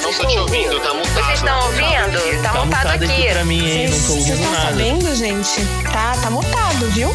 Não tô te ouvindo, tá mutado. Vocês estão ouvindo? Tá mutado aqui. Pra mim, hein? Não tô ouvindo Vocês nada. estão sabendo, gente? Tá mutado, viu?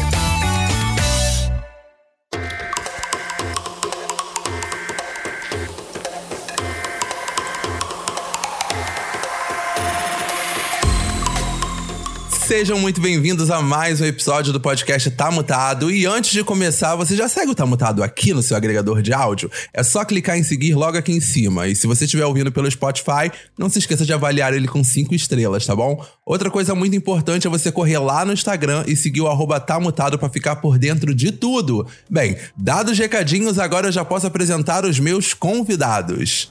Sejam muito bem-vindos a mais um episódio do podcast Tá Mutado. E antes de começar, você já segue o Tá Mutado aqui no seu agregador de áudio? É só clicar em seguir logo aqui em cima. E se você estiver ouvindo pelo Spotify, não se esqueça de avaliar ele com 5 estrelas, tá bom? Outra coisa muito importante é você correr lá no Instagram e seguir o @tamutado pra ficar por dentro de tudo. Bem, dados os recadinhos, agora eu já posso apresentar os meus convidados.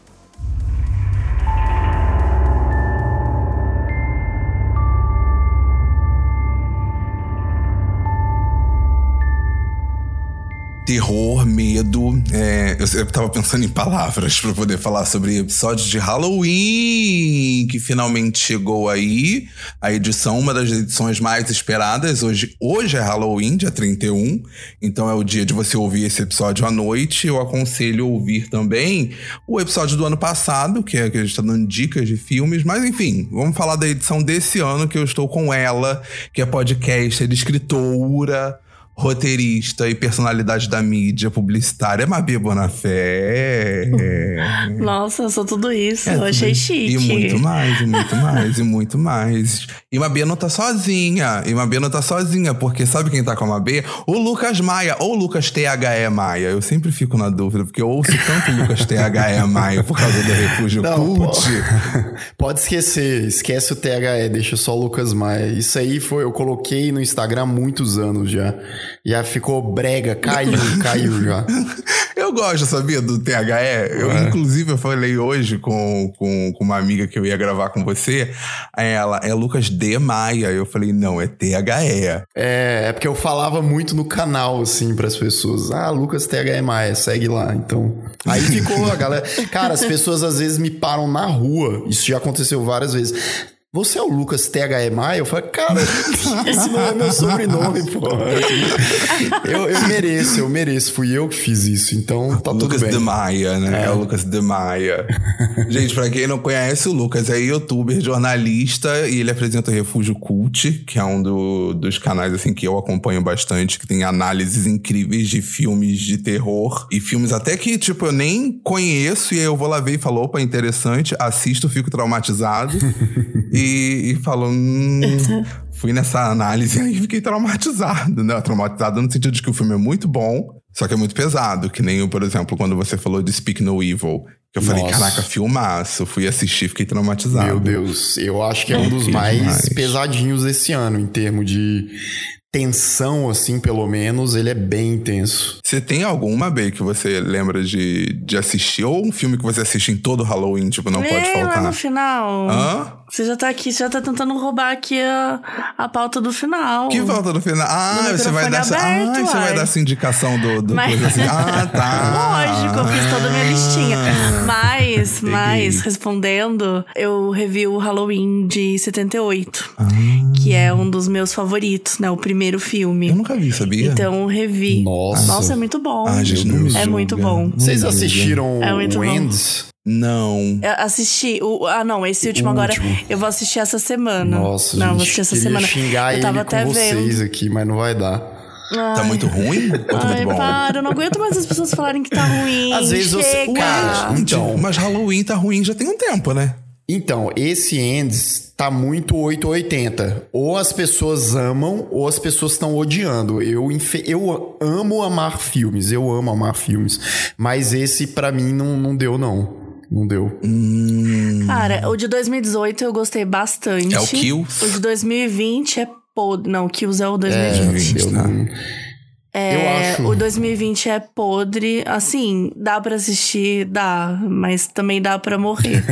Terror, medo, eu tava pensando em palavras pra poder falar sobre episódios de Halloween, que finalmente chegou aí, a edição, uma das edições mais esperadas. Hoje é Halloween, dia 31, então é o dia de você ouvir esse episódio à noite. Eu aconselho ouvir também o episódio do ano passado, que a gente tá dando dicas de filmes, mas enfim, vamos falar da edição desse ano, que eu estou com ela, que é podcaster, escritora, roteirista e personalidade da mídia publicitária, Mabê Bonafé. Nossa, eu sou tudo isso. Eu achei chique. E muito mais, e muito mais, e muito mais. E Mabê não tá sozinha. Porque sabe quem tá com a Mabê? O Lucas Maia, ou Lucas THE Maia. Eu sempre fico na dúvida, porque eu ouço tanto Lucas THE Maia por causa do Refúgio Cult. Pode esquece o THE, deixa só o Lucas Maia. Isso aí eu coloquei no Instagram há muitos anos já. Já ficou brega, caiu já. Eu gosto, sabia, do THE. Inclusive, eu falei hoje com uma amiga que eu ia gravar com você. Ela é Lucas D. Maia. Eu falei, não, é THE. É porque eu falava muito no canal, assim, pras pessoas. Lucas THE Maia, segue lá. Então, aí ficou a galera. Cara, as pessoas às vezes me param na rua. Isso já aconteceu várias vezes. Você é o Lucas THE Maia? Eu falei, cara, esse não é meu sobrenome, pô. Eu mereço. Fui eu que fiz isso, então tá tudo bem. Lucas de Maia, né? É o Lucas de Maia. Gente, pra quem não conhece, o Lucas é youtuber, jornalista, e ele apresenta o Refúgio Cult, que é um dos canais, assim, que eu acompanho bastante, que tem análises incríveis de filmes de terror. E filmes até que, tipo, eu nem conheço, e aí eu vou lá ver e falo, opa, interessante, assisto, fico traumatizado. E falou, fui nessa análise e fiquei traumatizado, né? Traumatizado no sentido de que o filme é muito bom, só que é muito pesado. Que nem, por exemplo, quando você falou de Speak No Evil. Que eu falei, caraca, filmaço. Fui assistir, fiquei traumatizado. Meu Deus, eu acho que é um dos mais pesadinhos desse ano, em termos de tensão, assim, pelo menos, ele é bem intenso. Você tem alguma, Bey, que você lembra de assistir? Ou um filme que você assiste em todo Halloween, tipo, não pode faltar? Lá no final. Hã? Você já tá aqui, você já tá tentando roubar aqui a pauta do final. Que pauta do final? Você vai dar você vai dar essa indicação do coisa assim. Tá. Lógico, eu fiz toda a minha listinha. Mas, respondendo, eu revi o Halloween de 78. Que é um dos meus favoritos, né? O primeiro filme. Eu nunca vi, sabia? Então eu revi. Nossa, é muito bom. Gente, não me julga. É muito bom. Vocês assistiram o Ends? Não. Eu assisti. Esse último agora eu vou assistir essa semana. Nossa, não, vou assistir essa semana. Xingar eu tava ele até com vocês vendo aqui, mas não vai dar. Tá muito ruim? Ou tá muito bom? Para, eu não aguento mais as pessoas falarem que tá ruim. Às vezes você. Cara, então. Mas Halloween tá ruim já tem um tempo, né? Então, esse Ends tá muito 880. Ou as pessoas amam, ou as pessoas estão odiando. Eu amo amar filmes, mas esse pra mim não deu, não. Não deu. Cara, o de 2018 eu gostei bastante. É o Kills? O de 2020 é podre. Não, o Kills é o 2020. Eu acho. O 2020 é podre. Assim, dá pra assistir? Dá. Mas também dá pra morrer.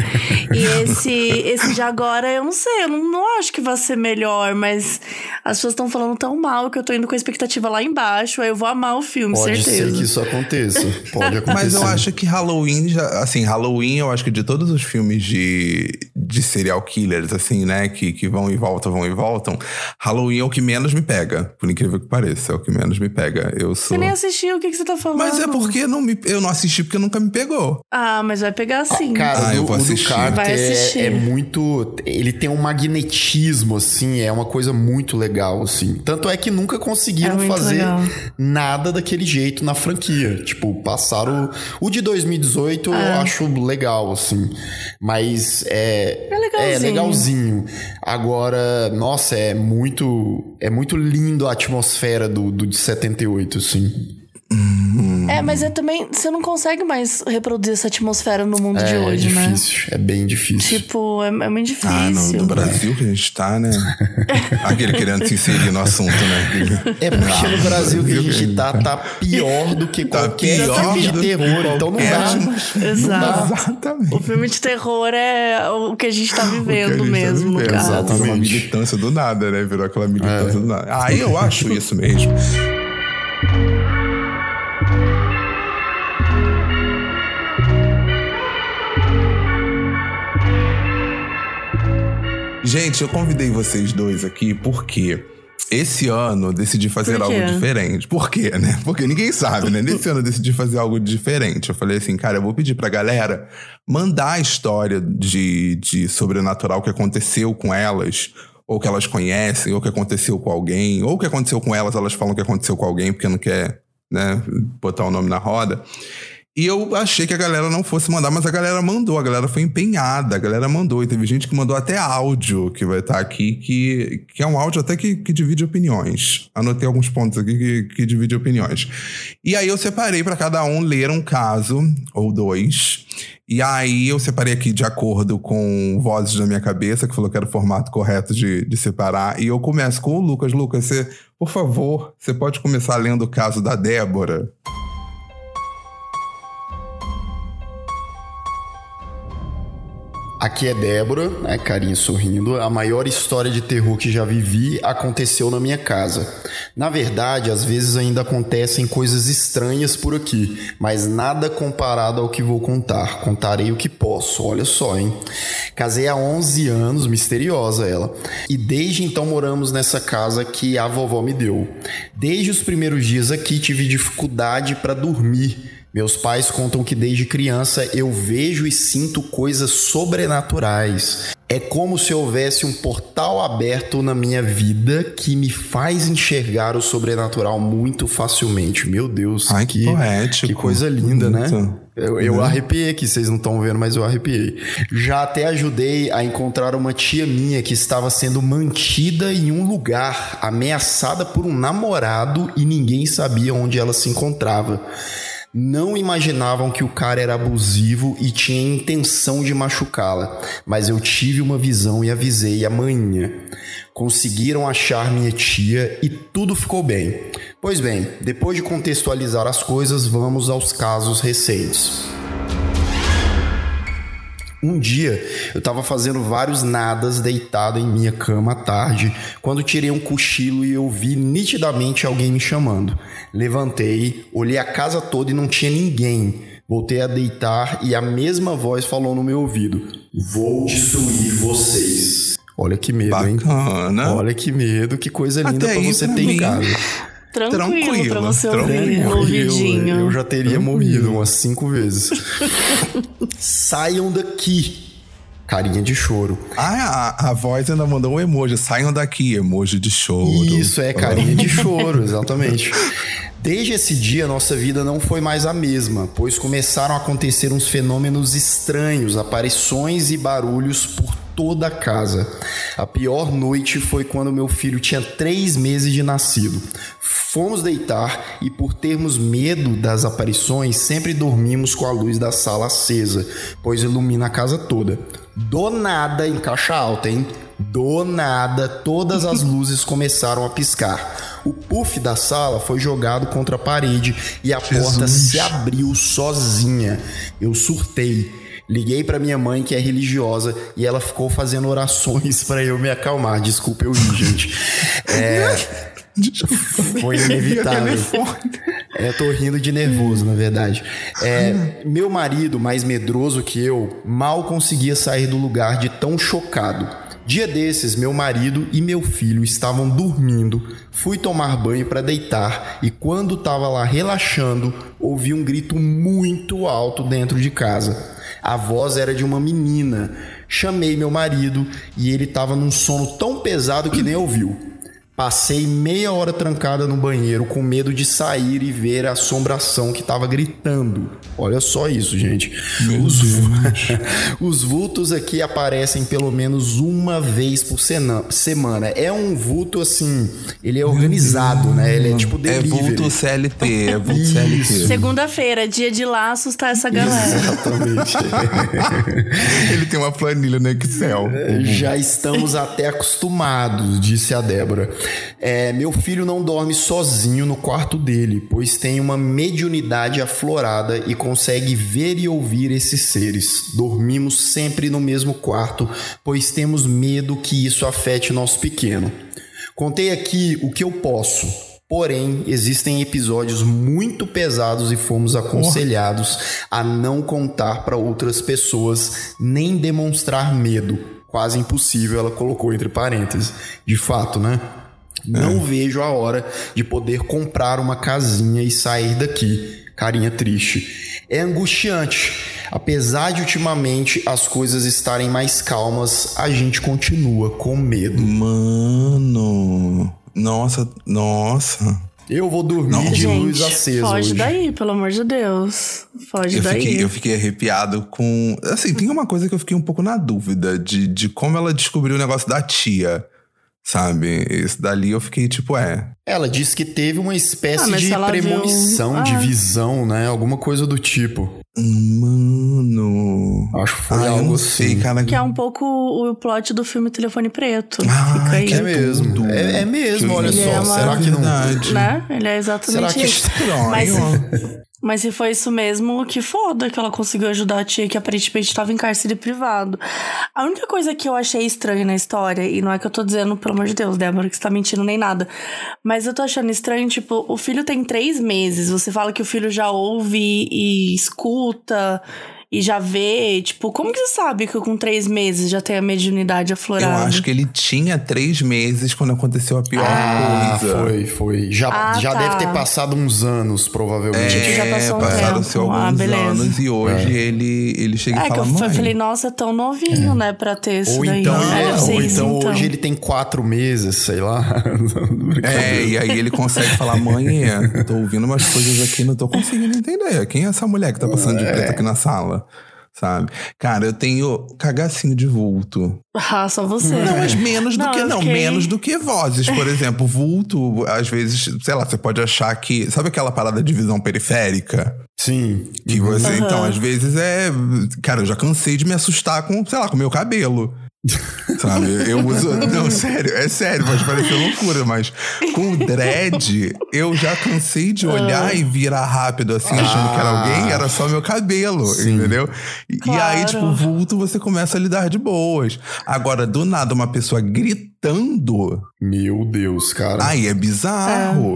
E esse de agora, eu não sei. Eu não acho que vai ser melhor. Mas as pessoas estão falando tão mal que eu tô indo com a expectativa lá embaixo. Aí eu vou amar o filme, certeza. Pode ser que isso aconteça. Pode acontecer. Mas eu acho que Halloween, Halloween, eu acho que de todos os filmes de serial killers, assim, né? Que vão e voltam. Halloween é o que menos me pega. Por incrível que pareça, é o que menos me pega. pega. Eu sou... Você nem assistiu, o que você tá falando? Mas é porque eu não assisti porque nunca me pegou. Ah, mas vai pegar sim. Cara, eu vou assistir. O do Carter Vai assistir. é muito... Ele tem um magnetismo, assim, é uma coisa muito legal, assim. Tanto é que nunca conseguiram fazer nada daquele jeito na franquia. Tipo, passaram... O de 2018 eu acho legal, assim. Mas é legalzinho. Agora, nossa, é muito lindo a atmosfera do de 78, assim. Mas também... Você não consegue mais reproduzir essa atmosfera no mundo de hoje, né? né? É bem difícil. Tipo, é muito difícil. No Brasil que a gente tá, né? Aquele querendo se inserir no assunto, né? É porque no Brasil que a gente tá pior do que qualquer filme de terror. Então não dá. Exato. Exatamente. O filme de terror é o que a gente tá vivendo mesmo, no caso. Exatamente. Virou uma militância do nada, né? Virou aquela militância do nada. Aí eu acho isso mesmo. Gente, eu convidei vocês dois aqui porque esse ano eu decidi fazer algo diferente. Por quê, né? Porque ninguém sabe, né? Nesse ano eu decidi fazer algo diferente. Eu falei assim, cara, eu vou pedir pra galera mandar a história de sobrenatural que aconteceu com elas, ou que elas conhecem, ou que aconteceu com alguém, ou que aconteceu com elas, elas falam que aconteceu com alguém porque não quer, né, botar o nome na roda. E eu achei que a galera não fosse mandar, mas a galera mandou, a galera foi empenhada, a galera mandou. E teve gente que mandou até áudio, que vai estar aqui, que é um áudio até que divide opiniões. Anotei alguns pontos aqui que divide opiniões. E aí eu separei para cada um ler um caso, ou dois. E aí eu separei aqui de acordo com vozes da minha cabeça, que falou que era o formato correto de separar. E eu começo com o Lucas. Lucas, você, por favor, você pode começar lendo o caso da Débora? Aqui é Débora, né, carinha sorrindo. A maior história de terror que já vivi aconteceu na minha casa. Na verdade, às vezes ainda acontecem coisas estranhas por aqui, mas nada comparado ao que vou contar. Contarei o que posso, olha só, hein? Casei há 11 anos, misteriosa ela. E desde então moramos nessa casa que a vovó me deu. Desde os primeiros dias aqui tive dificuldade para dormir. Meus pais contam que desde criança eu vejo e sinto coisas sobrenaturais. É como se houvesse um portal aberto na minha vida que me faz enxergar o sobrenatural muito facilmente. Meu Deus, ai, que poético. Que coisa linda, né? Eu arrepiei aqui, vocês não estão vendo, mas eu arrepiei. Já até ajudei a encontrar uma tia minha que estava sendo mantida em um lugar, ameaçada por um namorado e ninguém sabia onde ela se encontrava. Não imaginavam que o cara era abusivo e tinha intenção de machucá-la, mas eu tive uma visão e avisei a manhã. Conseguiram achar minha tia e tudo ficou bem. Pois bem, depois de contextualizar as coisas, vamos aos casos recentes. Um dia, eu estava fazendo vários nadas deitado em minha cama à tarde, quando tirei um cochilo e eu vi nitidamente alguém me chamando. Levantei, olhei a casa toda e não tinha ninguém. Voltei a deitar e a mesma voz falou no meu ouvido: "Vou destruir vocês." Olha que medo, bacana, hein? Bacana. Olha que medo, que coisa linda pra você ter em casa. Tranquilo pra você ouvir no ouvidinho. Eu já teria morrido umas 5 vezes. Saiam daqui. Carinha de choro. A voz ainda mandou um emoji. Saiam daqui, emoji de choro. Isso, carinha de choro, exatamente. Desde esse dia, nossa vida não foi mais a mesma, pois começaram a acontecer uns fenômenos estranhos, aparições e barulhos por toda a casa. A pior noite foi quando meu filho tinha 3 meses de nascido. Fomos deitar e, por termos medo das aparições, sempre dormimos com a luz da sala acesa, pois ilumina a casa toda. Do nada, em caixa alta, hein? Do nada, todas as luzes começaram a piscar. O puff da sala foi jogado contra a parede e a porta se abriu sozinha. Eu surtei. Liguei pra minha mãe, que é religiosa, e ela ficou fazendo orações pra eu me acalmar. Desculpa eu rir, gente. Foi inevitável. Eu tô rindo de nervoso, na verdade. Meu marido, mais medroso que eu, mal conseguia sair do lugar de tão chocado. Dia desses, meu marido e meu filho estavam dormindo. Fui tomar banho para deitar e quando estava lá relaxando, ouvi um grito muito alto dentro de casa. A voz era de uma menina. Chamei meu marido e ele estava num sono tão pesado que nem ouviu. Passei meia hora trancada no banheiro com medo de sair e ver a assombração que estava gritando. Olha só isso, gente. Os vultos aqui aparecem pelo menos uma vez por semana. É um vulto assim, ele é organizado, né? Ele é tipo delivery. É vulto CLT, é vulto CLT. Segunda-feira, dia de lá assustar essa galera. Exatamente. Ele tem uma planilha no Excel. Já estamos até acostumados, disse a Débora. Meu filho não dorme sozinho no quarto dele, pois tem uma mediunidade aflorada e consegue ver e ouvir esses seres. Dormimos sempre no mesmo quarto, pois temos medo que isso afete nosso pequeno. Contei aqui o que eu posso. Porém, existem episódios muito pesados e fomos aconselhados a não contar para outras pessoas nem demonstrar medo. Quase impossível, ela colocou entre parênteses. De fato, né? Não vejo a hora de poder comprar uma casinha e sair daqui. Carinha triste. É angustiante. Apesar de ultimamente as coisas estarem mais calmas, a gente continua com medo. Mano... Nossa. Eu vou dormir de luz acesa foge hoje. daí, pelo amor de Deus. Foge daí. Eu fiquei arrepiado com... Assim, tem uma coisa que eu fiquei um pouco na dúvida de como ela descobriu o negócio da tia, sabe? Esse dali eu fiquei tipo, Ela disse que teve uma espécie de ela premonição, de visão, né? Alguma coisa do tipo. Mano... Acho que foi eu algo não sei, assim. cara. Que é um pouco o plot do filme Telefone Preto. Ah, Fica aí. que É mesmo. É mesmo, olha Ele só. é uma- Será que não... Verdade. Né? Ele é exatamente Será que isso. Estranho. Mas se foi isso mesmo, que foda que ela conseguiu ajudar a tia que aparentemente estava em cárcere privado. A única coisa que eu achei estranha na história, e não é que eu tô dizendo, pelo amor de Deus, Débora, que você tá mentindo nem nada, mas eu tô achando estranho, tipo, o filho tem 3 meses, você fala que o filho já ouve e escuta e já vê, tipo, como que você sabe que com 3 meses já tem a mediunidade aflorada? Eu acho que ele tinha 3 meses quando aconteceu a pior coisa. Foi. Já tá. deve ter passado uns anos, provavelmente. que já passou um passaram-se tempo. alguns Beleza. anos e hoje ele chega e Que fala, eu mãe... falei, nossa, é tão novinho, né, pra ter isso Ou daí. então, Deve ser ou isso, então hoje ele tem 4 meses, sei lá. E aí ele consegue falar, mãe, tô ouvindo umas coisas aqui, não tô conseguindo entender. Quem é essa mulher que tá passando de preto aqui na sala? Sabe? Cara, eu tenho cagacinho de vulto. Ah, só você. Não, mas menos do que... eu Não, fiquei- menos do que vozes. Por exemplo, vulto, às vezes, sei lá, você pode achar que... Sabe aquela parada de visão periférica? Sim. Que você... Então, às vezes Cara, eu já cansei de me assustar com, sei lá, com o meu cabelo. Sabe? Eu uso... Não, sério, é sério, pode parecer loucura, mas com o dread, eu já cansei de olhar e virar rápido, assim, achando que era alguém, era só meu cabelo, entendeu? E aí, tipo, vulto, você começa a lidar de boas. Agora, do nada, uma pessoa gritando, Meu Deus, cara. aí é bizarro.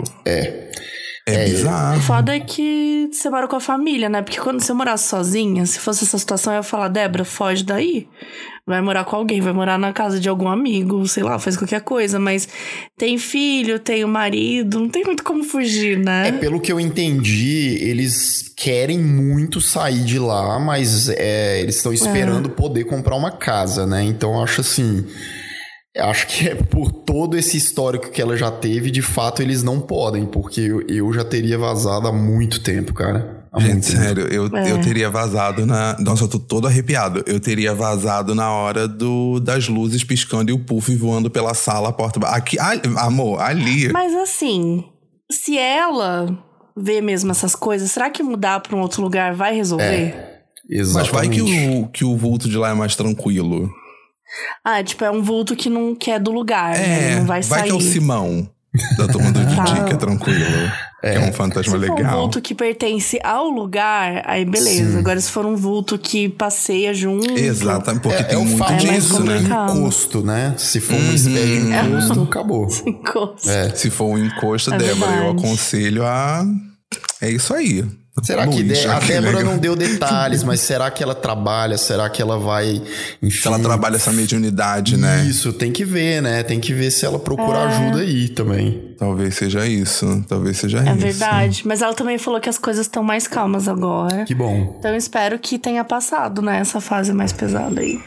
É bizarro. O foda é que você mora com a família, né? Porque quando você morasse sozinha, se fosse essa situação, eu ia falar, Débora, foge daí. Vai morar com alguém, vai morar na casa de algum amigo, sei lá, faz qualquer coisa. Mas tem filho, tem o marido, não tem muito como fugir, né? Pelo que eu entendi, eles querem muito sair de lá, mas eles estão esperando poder comprar uma casa, né? Então eu acho assim... Acho que por todo esse histórico que ela já teve, de fato eles não podem, porque eu já teria vazado há muito tempo, cara. Gente, sério, eu teria vazado na... Nossa, eu tô todo arrepiado. Eu teria vazado na hora das luzes piscando e o puff voando pela sala, a porta... Aqui, amor, ali... Mas assim, se ela vê mesmo essas coisas, será que mudar pra um outro lugar vai resolver? Mas vai Exatamente. que o vulto de lá é mais tranquilo. Tipo, é um vulto que não quer do lugar, né? Ele não vai sair. que é o Simão da turma do Didi, que é tranquilo. Que é um fantasma se for legal. um vulto que pertence ao lugar, aí beleza. Sim. Agora, se for um vulto que passeia junto... Exatamente, porque tem o muito famoso disso, né? complicado. encosto, né? Se for uma espécie de encosto, acabou. Encosto. Se for um encosto, Débora, eu verdade. aconselho a... É isso aí. Será que Luiz, a aqui, Débora né? não deu detalhes, mas será que ela trabalha? Será que ela vai... Enfim, Se ela trabalha essa mediunidade, né? Isso, tem que ver, né? Tem que ver se ela procura ajuda aí também. Talvez seja isso. Talvez seja isso. É verdade. Mas ela também falou que as coisas estão mais calmas agora. Que bom. Então eu espero que tenha passado, né? Essa fase mais pesada aí.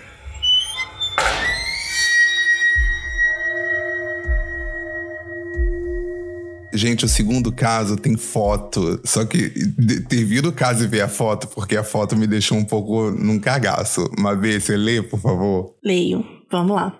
Gente, o segundo caso tem foto. Só que ter vindo o caso e ver a foto, porque a foto me deixou um pouco num cagaço. Mabê, você lê, por favor? Leio. Vamos lá.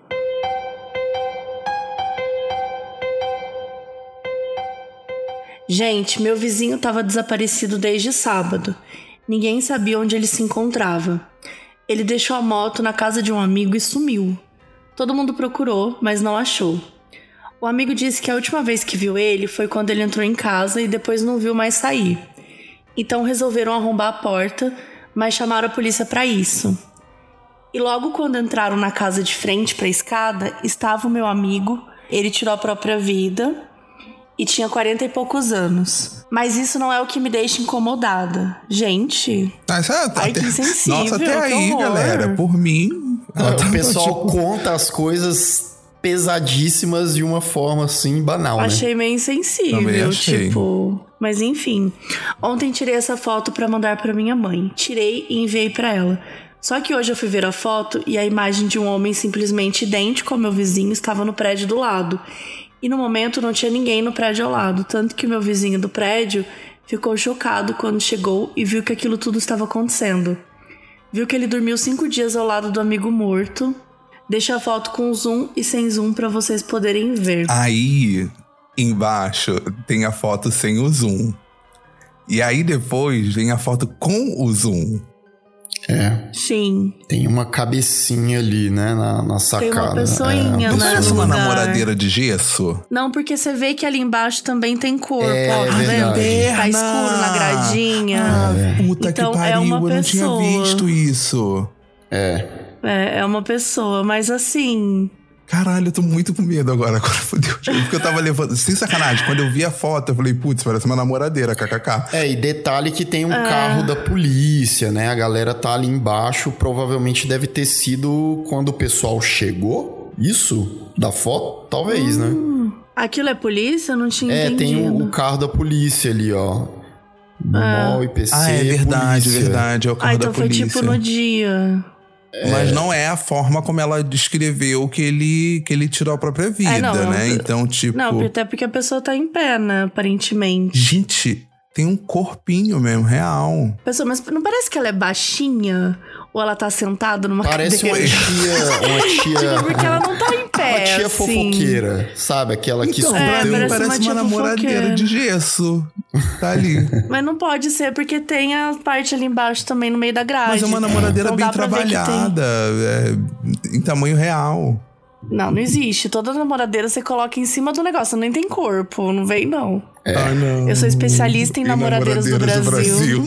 Gente, meu vizinho estava desaparecido desde sábado. Ninguém sabia onde ele se encontrava. Ele deixou a moto na casa de um amigo e sumiu. Todo mundo procurou, mas não achou. O amigo disse que a última vez que viu ele foi quando ele entrou em casa e depois não viu mais sair. Então resolveram arrombar a porta, mas chamaram a polícia para isso. E logo quando entraram na casa de frente para a escada, estava o meu amigo. Ele tirou a própria vida e tinha 40 e poucos anos. Mas isso não é o que me deixa incomodada. Gente, ai, que insensível, Nossa, até que aí, horror. galera. Por mim... O pessoal conta as coisas pesadíssimas de uma forma assim banal, né? Achei meio insensível, Também achei. tipo... Mas enfim, ontem tirei essa foto pra mandar pra minha mãe. Tirei e enviei pra ela. Só que hoje eu fui ver a foto e a imagem de um homem simplesmente idêntico ao meu vizinho estava no prédio do lado. E no momento não tinha ninguém no prédio ao lado, tanto que o meu vizinho do prédio ficou chocado quando chegou e viu que aquilo tudo estava acontecendo. Viu que ele dormiu 5 dias ao lado do amigo morto. Deixa a foto com zoom e sem zoom pra vocês poderem ver. Aí, embaixo, tem a foto sem o zoom. E aí depois vem a foto com o zoom. É. Sim. Tem uma cabecinha ali, né, na sacada. Tem uma pessoinha, Não né, parece no uma lugar. namoradeira de gesso? Não, porque você vê que ali embaixo também tem corpo, É, ó, tá verdade. vendo? Tá escuro na gradinha. Puta Então, que pariu, é uma eu não tinha pessoa. visto isso. É uma pessoa, mas assim... Caralho, eu tô muito com medo agora fodeu. Porque eu tava levando... Sem sacanagem, quando eu vi a foto, eu falei, putz, parece uma namoradeira, kkk. E detalhe que tem um carro da polícia, né? A galera tá ali embaixo, provavelmente deve ter sido quando o pessoal chegou. Isso? Da foto? Talvez, né? Aquilo é polícia? Eu não tinha entendido. Tem o carro da polícia ali, ó. Do MOL, IPC, É verdade, polícia. verdade. É o carro então da foi polícia. tipo no dia. Mas não é a forma como ela descreveu que ele tirou a própria vida, não, né? Então, tipo... Não, até porque a pessoa tá em pé, né? Aparentemente. Gente, tem um corpinho mesmo, real. Pessoa, mas não parece que ela é baixinha? Ou ela tá sentada numa Parece uma cadeira? tia... Porque ela não tá em pé, Uma tia assim. fofoqueira, sabe? Aquela que Então, escuta... parece parece uma uma tia namoradeira fofoqueira. de gesso. Tá ali. Mas não pode ser, porque tem a parte ali embaixo também, no meio da grade. Mas é uma namoradeira Então bem dá pra ver que tem. trabalhada, em tamanho real. Não existe. Toda namoradeira você coloca em cima do negócio, nem tem corpo, não vem não. Ah, não. Eu sou especialista em namoradeiras do Brasil.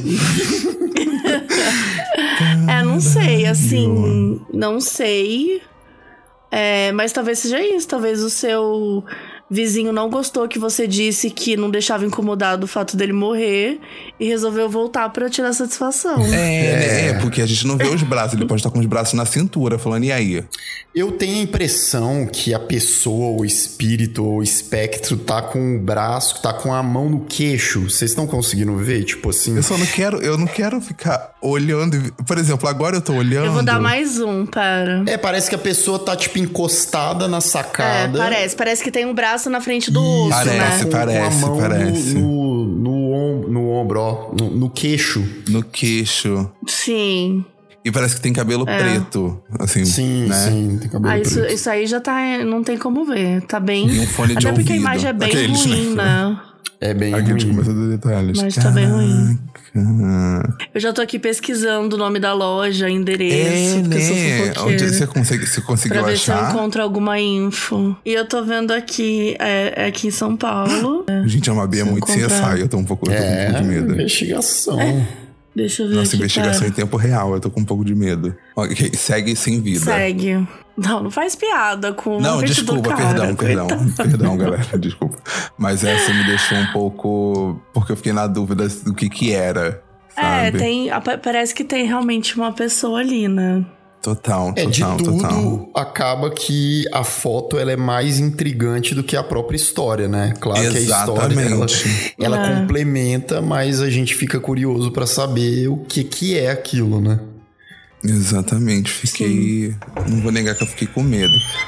Não sei, assim, não sei. Mas talvez seja isso, talvez o seu vizinho não gostou que você disse que não deixava incomodado o fato dele morrer e resolveu voltar pra tirar satisfação. Porque a gente não vê os braços. Ele pode estar com os braços na cintura, falando, e aí? Eu tenho a impressão que a pessoa, o espírito ou o espectro tá com o braço, tá com a mão no queixo. Vocês estão conseguindo ver? Tipo assim... Eu não quero ficar olhando. Por exemplo, agora eu tô olhando. Eu vou dar mais um, pera. Parece que a pessoa tá, tipo, encostada na sacada. Parece que tem um braço na frente do osso, Parece, né? Com a mão parece. no ombro, ó. No queixo. No queixo. Sim. E parece que tem cabelo preto, assim, Sim, né? sim, tem cabelo preto. Isso aí já tá... Não tem como ver, tá bem... E um fone de Até porque a ouvido. imagem é bem Aqueles, ruim, né? É bem Aqui a gente ruim. começa a dar detalhes. Mas tá bem ruim. Caraca. Eu já tô aqui pesquisando o nome da loja, endereço, porque eu sou Onde fofoqueira. você conseguiu Pra ver se eu achar? encontro alguma info. E eu tô vendo aqui, é aqui em São Paulo. Gente, a Mabi é muito encontrar. CSI, eu tô um pouco de medo. Investigação. Deixa eu ver Nossa, aqui, investigação pera. em tempo real, eu tô com um pouco de medo. Ok, segue sem vida. Segue. Não faz piada com Não, o vestido desculpa, do cara. perdão, galera, desculpa. Mas essa me deixou um pouco... Porque eu fiquei na dúvida do que era, sabe? Parece que tem realmente uma pessoa ali, né? Total. Acaba que a foto ela é mais intrigante do que a própria história, né? Claro que a história ela complementa, mas a gente fica curioso pra saber o que é aquilo, né? Exatamente, fiquei... Não vou negar que eu fiquei com medo.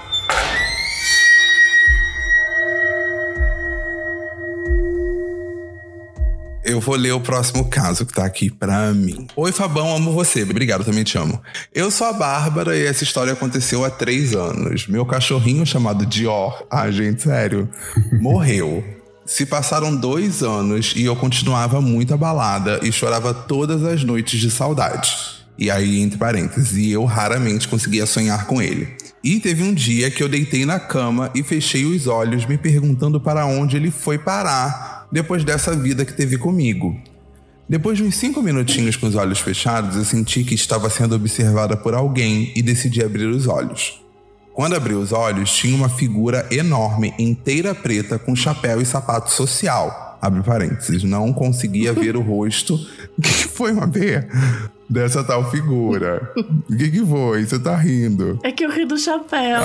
Eu vou ler o próximo caso que tá aqui pra mim. Oi, Fabão, amo você. Obrigado, também te amo. Eu sou a Bárbara e essa história aconteceu há 3 anos. Meu cachorrinho chamado Dior, gente, sério, morreu. Se passaram 2 anos e eu continuava muito abalada e chorava todas as noites de saudade. E aí, entre parênteses, e eu raramente conseguia sonhar com ele. E teve um dia que eu deitei na cama e fechei os olhos me perguntando para onde ele foi parar depois dessa vida que teve comigo. Depois de uns 5 minutinhos com os olhos fechados, eu senti que estava sendo observada por alguém e decidi abrir os olhos. Quando abri os olhos, tinha uma figura enorme, inteira preta, com chapéu e sapato social. Abre parênteses, não conseguia ver o rosto. O que foi, Mabê? Dessa tal figura. O que foi? Você tá rindo? É que eu ri do chapéu.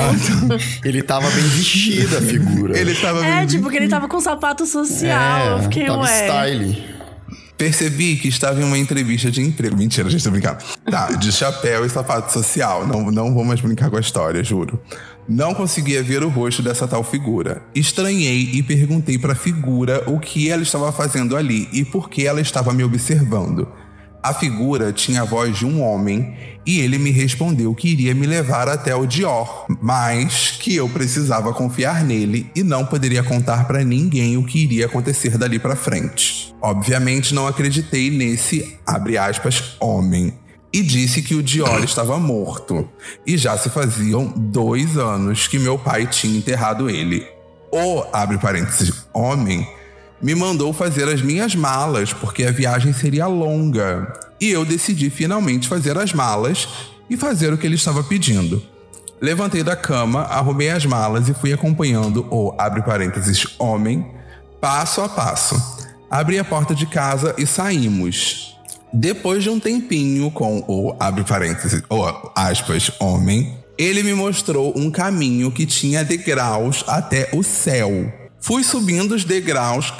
Ele tava bem vestido, a figura. Ele tava bem vestido. Porque ele tava com sapato social. Eu fiquei, tava style. Percebi que estava em uma entrevista de emprego. Mentira, gente, tô brincando. Tá, de chapéu e sapato social. Não vou mais brincar com a história, juro. Não conseguia ver o rosto dessa tal figura. Estranhei e perguntei pra figura o que ela estava fazendo ali e por que ela estava me observando. A figura tinha a voz de um homem e ele me respondeu que iria me levar até o Dior, mas que eu precisava confiar nele e não poderia contar pra ninguém o que iria acontecer dali pra frente. Obviamente não acreditei nesse, abre aspas, homem, e disse que o Dior estava morto e já se faziam 2 anos que meu pai tinha enterrado ele. O, abre parênteses, homem, me mandou fazer as minhas malas, porque a viagem seria longa. E eu decidi finalmente fazer as malas e fazer o que ele estava pedindo. Levantei da cama, arrumei as malas e fui acompanhando o, abre parênteses, homem, passo a passo. Abri a porta de casa e saímos. Depois de um tempinho com o, abre parênteses, aspas, homem, ele me mostrou um caminho que tinha degraus até o céu. Fui subindo os degraus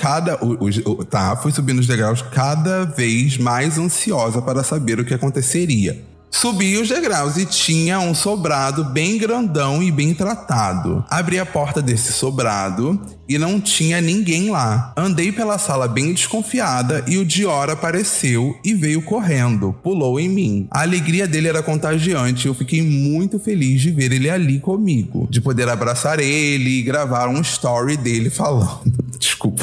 cada vez mais ansiosa para saber o que aconteceria. Subi os degraus e tinha um sobrado bem grandão e bem tratado. Abri a porta desse sobrado e não tinha ninguém lá. Andei pela sala bem desconfiada e o Dior apareceu e veio correndo, pulou em mim. A alegria dele era contagiante e eu fiquei muito feliz de ver ele ali comigo, de poder abraçar ele e gravar um story dele falando. Desculpa,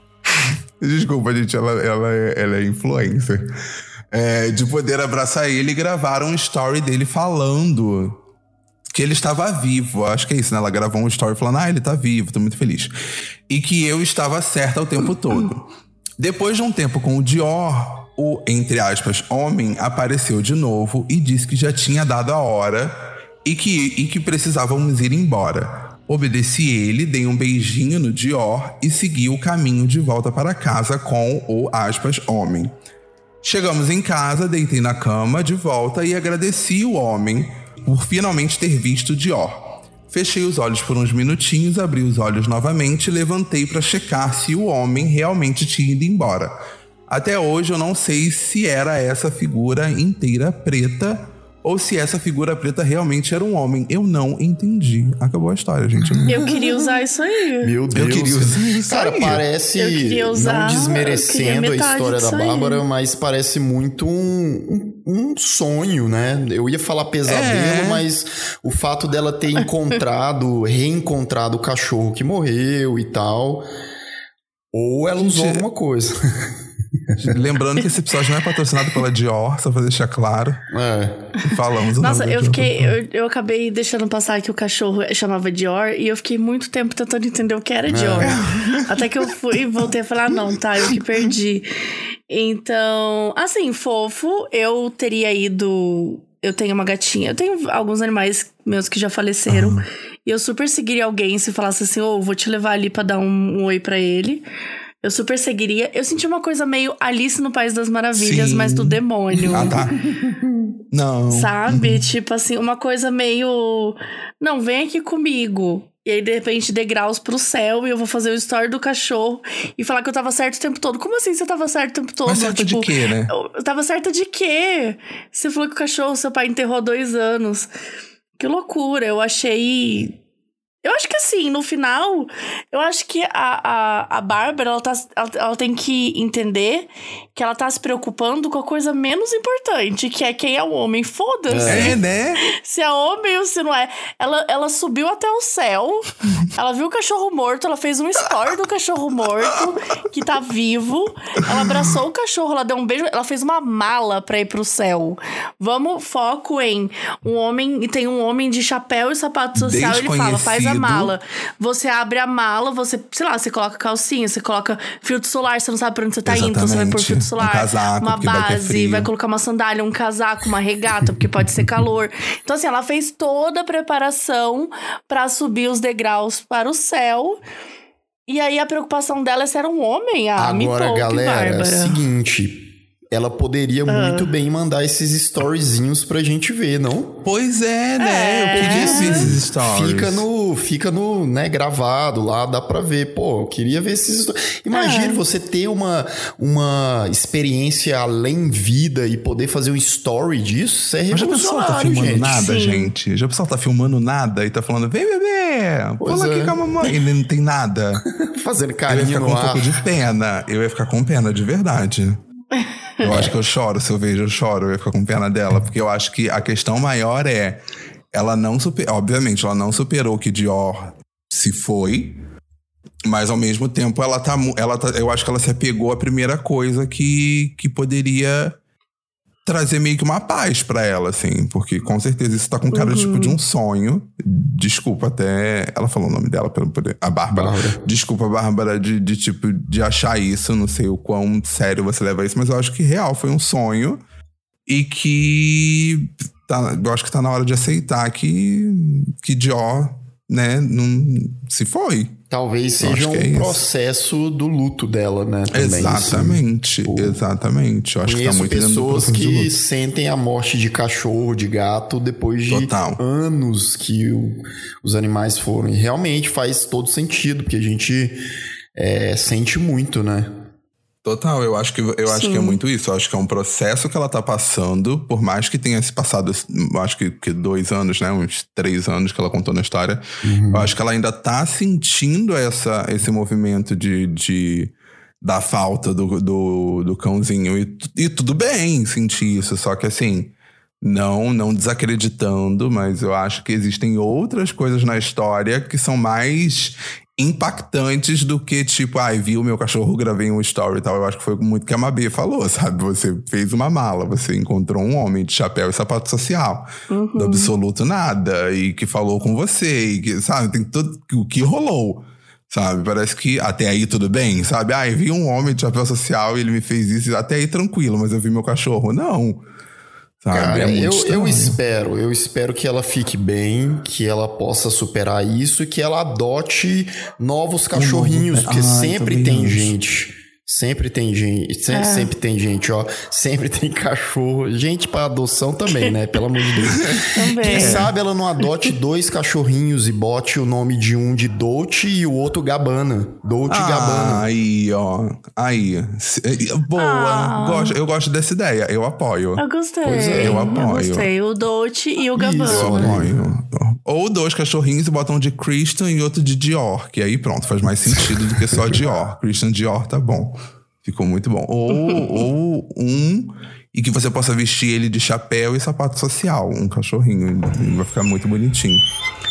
gente, ela é influencer. De poder abraçar ele e gravar um story dele falando que ele estava vivo. Acho que é isso, né? Ela gravou um story falando, ele tá vivo, tô muito feliz. E que eu estava certa o tempo todo. Depois de um tempo com o Dior, o, entre aspas, homem apareceu de novo e disse que já tinha dado a hora e que precisávamos ir embora. Obedeci ele, dei um beijinho no Dior e segui o caminho de volta para casa com o, aspas, homem. Chegamos em casa, deitei na cama de volta e agradeci o homem por finalmente ter visto Dior. Fechei os olhos por uns minutinhos, abri os olhos novamente e levantei para checar se o homem realmente tinha ido embora. Até hoje eu não sei se era essa figura inteira preta ou se essa figura preta realmente era um homem. Eu não entendi. Acabou a história, gente. Eu queria usar isso aí. Meu Deus. Eu queria usar isso Cara, aí. parece, não desmerecendo a história da Bárbara, mas parece muito um sonho, né? Eu ia falar pesadelo, mas o fato dela ter reencontrado o cachorro que morreu e tal, ou ela usou alguma coisa. Lembrando que esse episódio não é patrocinado pela Dior, só pra deixar claro. Falamos o Nossa, nome eu acabei deixando passar que o cachorro chamava Dior e eu fiquei muito tempo tentando entender o que era Dior. Até que eu fui e voltei a falar, não, tá, eu que perdi. Então, assim, fofo, eu teria ido eu tenho uma gatinha. Eu tenho alguns animais meus que já faleceram. E eu super seguiria alguém se falasse assim, vou te levar ali pra dar um oi pra ele. Eu super seguiria. Eu senti uma coisa meio Alice no País das Maravilhas, mas do demônio. Ah, tá. Não. Sabe? Tipo assim, uma coisa meio... Não, vem aqui comigo. E aí, de repente, degraus pro céu e eu vou fazer o story do cachorro e falar que eu tava certo o tempo todo. Como assim você tava certo o tempo todo? Mas certa de quê, né? Eu tava certa de quê? Você falou que o cachorro, seu pai enterrou há 2 anos. Que loucura. Eu achei... Eu acho que assim, no final, eu acho que a Bárbara, ela tem que entender que ela tá se preocupando com a coisa menos importante, que é quem é o homem. Foda-se. É, né? Se é homem ou se não é. Ela subiu até o céu, ela viu o cachorro morto, ela fez um story do cachorro morto, que tá vivo. Ela abraçou o cachorro, ela deu um beijo, ela fez uma mala pra ir pro céu. Vamos, foco em um homem, e tem um homem de chapéu e sapato social, ele fala, faz a mala. Você abre a mala, você, sei lá, você coloca calcinha, você coloca filtro solar, você não sabe pra onde você tá indo, então você vai pôr filtro solar, casaco, uma base, vai colocar uma sandália, um casaco, uma regata, porque pode ser calor. Então, assim, ela fez toda a preparação pra subir os degraus para o céu. E aí a preocupação dela é se era um homem. Me agora, poupe, galera, Bárbara. Seguinte... Ela poderia muito bem mandar esses storyzinhos pra gente ver, não? Pois é, né? Eu queria ver esses stories. Fica no, né, gravado lá, dá pra ver. Pô, eu queria ver esses stories. Imagina você ter uma experiência além vida e poder fazer um story disso. Isso é revolucionário, revolucionário, mas já pensou, tá filmando gente. nada, Sim. gente? Já pensou, tá filmando nada e tá falando, vem bebê, pula aqui com a mamãe. Ele não tem nada. Fazendo Eu ia carinho ficar no com um ar. pouco de pena. Eu ia ficar com pena, de verdade. Eu acho que eu choro, se eu vejo, eu choro. Eu ia ficar com pena dela. Porque eu acho que a questão maior é... Ela não superou... Obviamente, ela não superou que Dior se foi. Mas, ao mesmo tempo, eu acho que ela se apegou à primeira coisa que poderia trazer meio que uma paz pra ela, assim. Porque, com certeza, isso tá com cara tipo de um sonho. Desculpa até... Ela falou o nome dela, a Bárbara. Desculpa, Bárbara, de achar isso. Não sei o quão sério você leva isso. Mas eu acho que, real, foi um sonho. E que... eu acho que tá na hora de aceitar que Dior, né, não se foi. Talvez seja um processo do luto dela, né? Também, exatamente, assim. exatamente. Eu acho que tá muito dentro do pessoas processo de que luto. sentem a morte de cachorro, de gato, depois de anos que os animais foram. E realmente faz todo sentido, porque a gente sente muito, né? Total, eu acho que é muito isso. Eu acho que é um processo que ela tá passando, por mais que tenha se passado, eu acho que 2 anos, né? Uns 3 anos que ela contou na história. Eu acho que ela ainda tá sentindo esse movimento da falta do cãozinho. E tudo bem sentir isso, só que assim, não desacreditando, mas eu acho que existem outras coisas na história que são mais impactantes do que, tipo, vi o meu cachorro, gravei um story e tal. Eu acho que foi muito que a Mabê falou, sabe? Você fez uma mala, você encontrou um homem de chapéu e sapato social, do absoluto nada, e que falou com você, e que, sabe? Tem tudo o que rolou, sabe? Parece que até aí tudo bem, sabe? Vi um homem de chapéu social e ele me fez isso, até aí tranquilo, mas eu vi meu cachorro. Não. Sabe? Cara, eu espero que ela fique bem, que ela possa superar isso e que ela adote novos cachorrinhos, porque sempre tem gente. Sempre tem gente, sempre tem gente, ó. Sempre tem cachorro. Gente pra adoção também, né? Pelo amor de Deus. Também. Quem sabe ela não adote 2 cachorrinhos e bote o nome de um de Dolce e o outro Gabbana. Dolce Gabbana. Aí, ó. Aí. Boa. Eu gosto dessa ideia. Eu apoio. Eu gostei. Pois é, eu apoio. Eu gostei. O Dolce e o Gabbana. Eu apoio. Ou 2 cachorrinhos e botam um de Christian e outro de Dior. Que aí pronto, faz mais sentido do que só Dior. Christian Dior tá bom. Ficou muito bom. Ou e que você possa vestir ele de chapéu e sapato social. Um cachorrinho. Vai ficar muito bonitinho.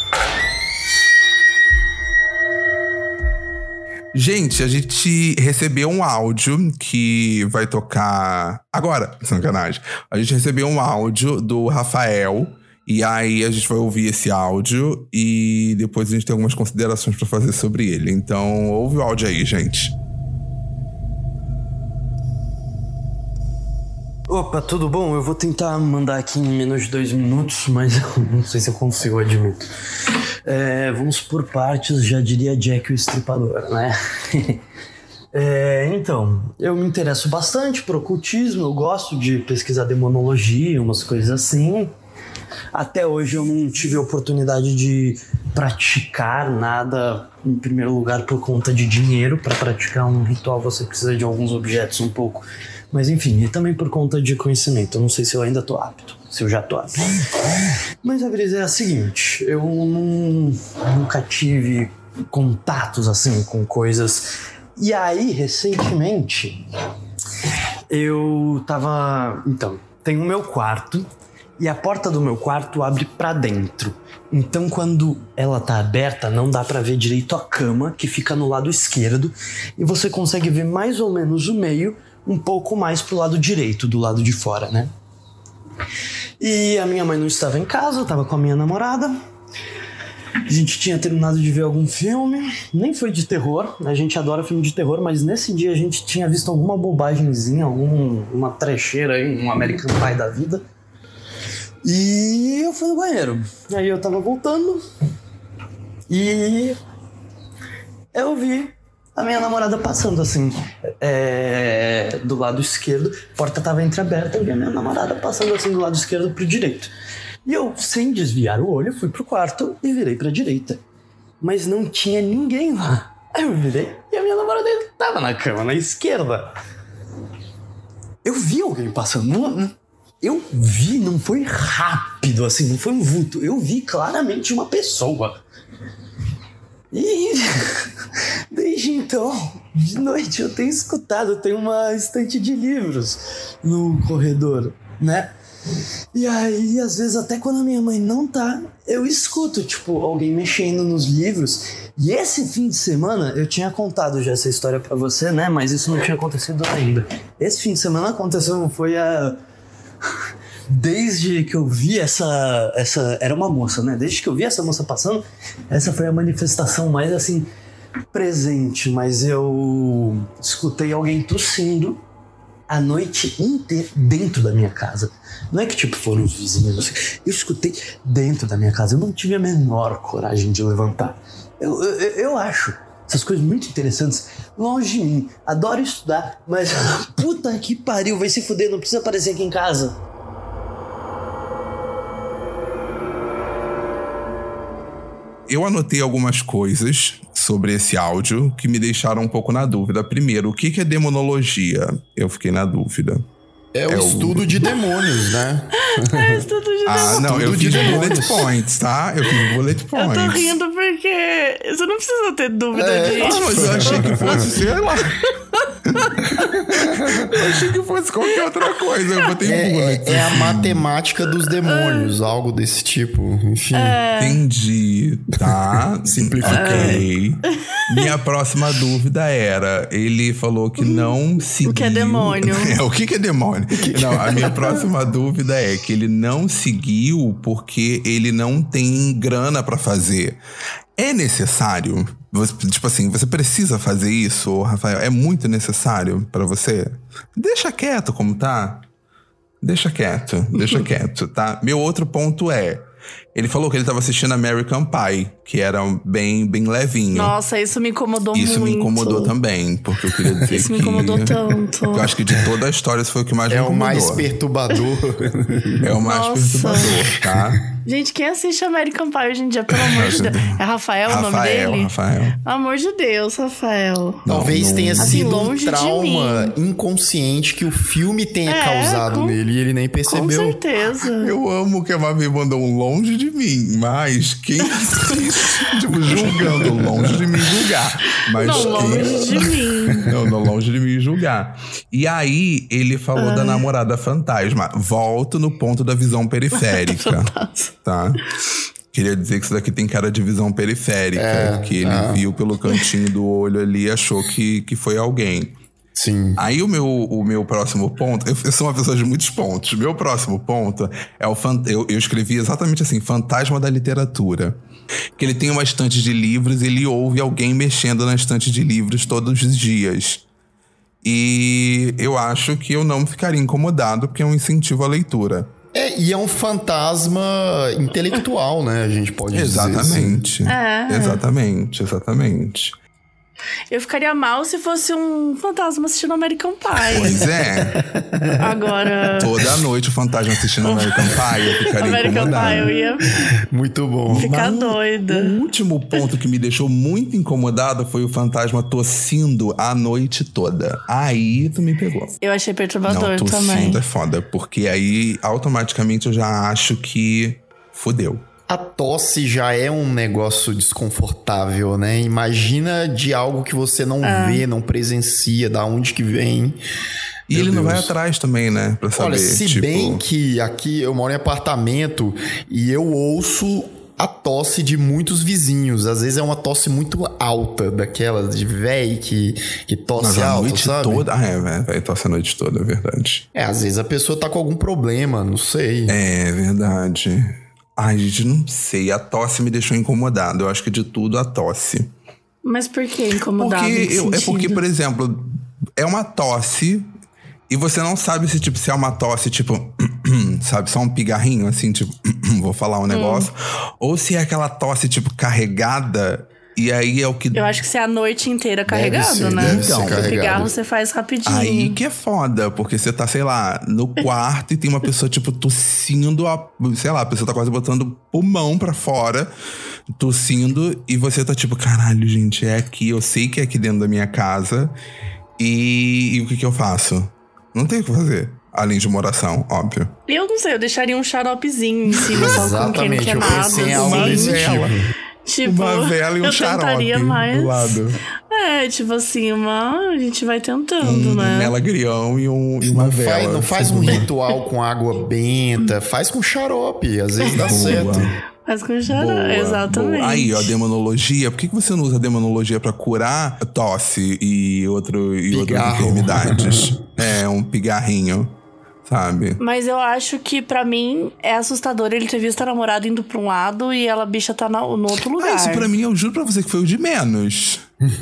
Gente, a gente recebeu um áudio que vai tocar agora. Sacanagem. A gente recebeu um áudio do Rafael. E aí a gente vai ouvir esse áudio. E depois a gente tem algumas considerações pra fazer sobre ele. Então, ouve o áudio aí, gente. Opa, tudo bom? Eu vou tentar mandar aqui em menos de 2 minutos, mas eu não sei se eu consigo, admito. Vamos por partes, já diria Jack o Estripador, né? Então, eu me interesso bastante por ocultismo, eu gosto de pesquisar demonologia, umas coisas assim. Até hoje eu não tive a oportunidade de praticar nada, em primeiro lugar por conta de dinheiro. Para praticar um ritual você precisa de alguns objetos um pouco. Mas enfim, e também por conta de conhecimento. Eu não sei se eu ainda tô apto, se eu já tô apto. Mas a brisa é a seguinte, eu nunca tive contatos assim com coisas. E aí, recentemente, eu tava... Então, tem o meu quarto e a porta do meu quarto abre pra dentro. Então, quando ela tá aberta, não dá pra ver direito a cama, que fica no lado esquerdo, e você consegue ver mais ou menos o meio, um pouco mais pro lado direito, do lado de fora, né? E a minha mãe não estava em casa, eu tava com a minha namorada. A gente tinha terminado de ver algum filme, nem foi de terror, a gente adora filme de terror, mas nesse dia a gente tinha visto alguma bobagemzinha, uma trecheira aí, um American Pie da vida. E eu fui no banheiro. Aí eu tava voltando e eu vi a minha namorada passando assim, do lado esquerdo, a porta tava entreaberta, eu vi a minha namorada passando assim do lado esquerdo pro direito. E eu, sem desviar o olho, fui pro quarto e virei pra direita. Mas não tinha ninguém lá. Aí eu virei e a minha namorada tava na cama, na esquerda. Eu vi alguém passando. Eu vi, não foi rápido assim, não foi um vulto. Eu vi claramente uma pessoa. E desde então, de noite eu tenho escutado, tem uma estante de livros no corredor, né? E aí, às vezes, até quando a minha mãe não tá, eu escuto, tipo, alguém mexendo nos livros. E esse fim de semana, eu tinha contado já essa história pra você, né? Mas isso não tinha acontecido ainda. Esse fim de semana aconteceu, foi desde que eu vi essa... Era uma moça, né? Desde que eu vi essa moça passando, essa foi a manifestação mais, assim, presente. Mas eu escutei alguém tossindo a noite inteira dentro da minha casa. Não é que tipo foram os vizinhos, eu escutei dentro da minha casa. Eu não tive a menor coragem de levantar. Eu acho essas coisas muito interessantes longe de mim. Adoro estudar, mas puta que pariu, vai se fuder, não precisa aparecer aqui em casa. Eu anotei algumas coisas sobre esse áudio que me deixaram um pouco na dúvida. Primeiro, o que é demonologia? Eu fiquei na dúvida. É o estudo de demônios, né? É o estudo de demônios. Não, eu fiz bullet points, tá? Eu fiz bullet points. Eu tô rindo porque você não precisa ter dúvida disso. Mas eu achei que fosse, sei lá. Eu achei que fosse qualquer outra coisa. Eu botei bullet. É a matemática dos demônios, algo desse tipo. Enfim. Entendi, tá? Simplifiquei. Minha próxima dúvida era... Ele falou que não seguiu... O que é demônio? O que é demônio? Não, a minha próxima dúvida é que ele não seguiu porque ele não tem grana pra fazer. É necessário? Tipo assim, você precisa fazer isso, Rafael? É muito necessário pra você? Deixa quieto como tá. Deixa quieto, tá? Meu outro ponto é... Ele falou que ele tava assistindo American Pie, que era bem levinho. Nossa, isso me incomodou muito. Isso me incomodou também, porque eu queria dizer isso me incomodou tanto. Eu acho que de toda a história isso foi o que mais me incomodou. É o mais perturbador. É o mais perturbador, tá? Gente, quem assiste American Pie hoje em dia, pelo amor de Deus? É Rafael o nome dele? Rafael. Pelo amor de Deus, Rafael. Talvez tenha sido um longe trauma inconsciente que o filme tenha causado nele e ele nem percebeu. Com certeza. Eu amo que a Mavi mandou um longe de mim, mas quem assiste, tipo, julgando, longe de me julgar. Mas não, longe de mim. Não, longe de me julgar. E aí, ele falou da namorada fantasma. Volto no ponto da visão periférica. Tá? Queria dizer que isso daqui tem cara de visão periférica. Que ele viu pelo cantinho do olho ali e achou que foi alguém. Sim. Aí o meu próximo ponto... Eu sou uma pessoa de muitos pontos. Meu próximo ponto é eu escrevi exatamente assim, fantasma da literatura. Que ele tem uma estante de livros e ele ouve alguém mexendo na estante de livros todos os dias. E eu acho que eu não ficaria incomodado, porque é um incentivo à leitura. E é um fantasma intelectual, né? A gente pode dizer assim. Exatamente. Exatamente. Eu ficaria mal se fosse um fantasma assistindo American Pie. Pois é. Agora... Toda noite o fantasma assistindo American Pie, eu ficaria American incomodado. Pie, eu ia Muito bom. ficar doida. O último ponto que me deixou muito incomodado foi o fantasma tossindo a noite toda. Aí tu me pegou. Eu achei perturbador Não, também. tossindo é foda, porque aí automaticamente eu já acho que fodeu. A tosse já é um negócio desconfortável, né? Imagina de algo que você não vê, não presencia, da onde que vem. E Meu ele não Deus. vai atrás também, né? Pra saber, Olha, se bem que aqui eu moro em apartamento e eu ouço a tosse de muitos vizinhos. Às vezes é uma tosse muito alta, daquela de véi que tosse Mas a alto, noite sabe? toda... velho, tosse a noite toda, é verdade. Às vezes a pessoa tá com algum problema, não sei. É verdade. Ai, gente, não sei. A tosse me deixou incomodado. Eu acho que de tudo a tosse. Mas por que incomodado? Porque, por exemplo, é uma tosse e você não sabe se, tipo, se é uma tosse, tipo, sabe, só um pigarrinho, assim, tipo, vou falar um negócio. Ou se é aquela tosse, tipo, carregada. E aí é o que... Eu acho que você é a noite inteira carregado, ser, né? deve ser Então, o carregado. pigarro você faz rapidinho. Aí que é foda, porque você tá, sei lá, no quarto e tem uma pessoa, tipo, tossindo, sei lá, a pessoa tá quase botando pulmão pra fora, tossindo, e você tá tipo, caralho, gente, é aqui, eu sei que é aqui dentro da minha casa, e o que eu faço? Não tem o que fazer, além de uma oração, óbvio. Eu não sei, eu deixaria um xaropezinho em cima, só com quem não Exatamente, quer eu nada. pensei em assim. algo desse tipo. Tipo, Uma vela e um eu xarope tentaria mais. do lado. Tipo assim, a gente vai tentando, né? Melagrião e uma vela. Não faz um ritual com água benta, faz com xarope, às vezes dá certo. Mas com xarope, Boa, exatamente. boa. Aí, ó, demonologia. Por que você não usa demonologia pra curar tosse e outras enfermidades? Um pigarrinho, sabe? Mas eu acho que pra mim é assustador ele ter visto a namorada indo pra um lado e a bicha tá no outro lugar. Isso pra mim, eu juro pra você que foi o de menos.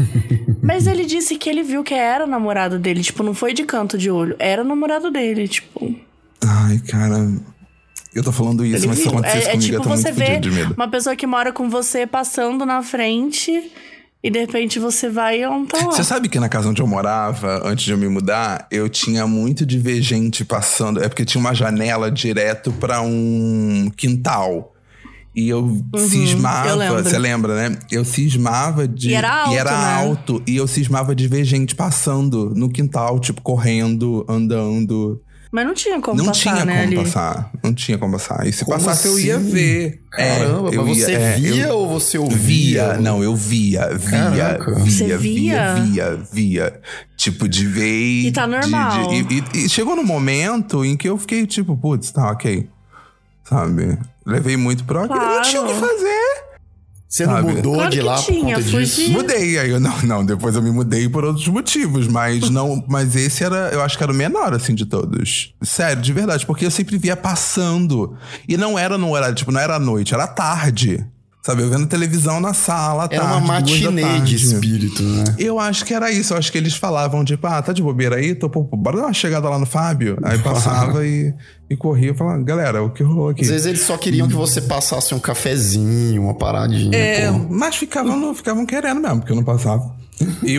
Mas ele disse que ele viu que era o namorado dele. Tipo, não foi de canto de olho. Era o namorado dele, tipo... Ai, cara... Eu tô falando isso, Ele mas se viu. acontecesse comigo, tipo eu tô você muito vê fudido de medo. uma pessoa que mora com você passando na frente e de repente você vai e ela não tá lá. Você sabe que na casa onde eu morava, antes de eu me mudar, eu tinha muito de ver gente passando. É porque tinha uma janela direto pra um quintal. E eu cismava, eu lembro. você lembra, né? Eu cismava de... E era alto, né? E eu cismava de ver gente passando no quintal, tipo, correndo, andando. Mas não tinha como Não passar, tinha né, como ali. passar. Não tinha como passar. E se Como passasse, eu ia assim? ver. Caramba, eu mas você ia, via eu ou você ouvia? Não, eu via. Caraca. Você via? Via. Tipo, de ver... E tá normal. E chegou no momento em que eu fiquei tipo, putz, tá ok. Sabe? Levei muito pro... Eu não tinha o que fazer. Você não Sabe? mudou Claro de que lá por tinha, conta disso? fugi. Mudei, aí eu não, depois eu me mudei por outros motivos, mas esse era, eu acho que era o menor, assim, de todos. Sério, de verdade, porque eu sempre via passando. E não era no horário, tipo, não era à noite, era à tarde. Sabe, eu vendo televisão na sala, à Era tarde, uma 2 da matinê tarde. de espírito, né? Eu acho que era isso, eu acho que eles falavam, tipo, tá de bobeira aí? Bora dar uma chegada lá no Fábio. Aí passava e corria e falava, galera, o que rolou aqui? Às vezes eles só queriam que você passasse um cafezinho, uma paradinha. Pô. Mas ficavam querendo mesmo, porque eu não passava. E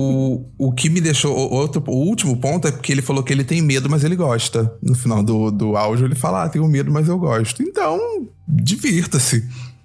o que me deixou... O último ponto é porque ele falou que ele tem medo, mas ele gosta. No final do áudio ele fala, tenho medo, mas eu gosto. Então, divirta-se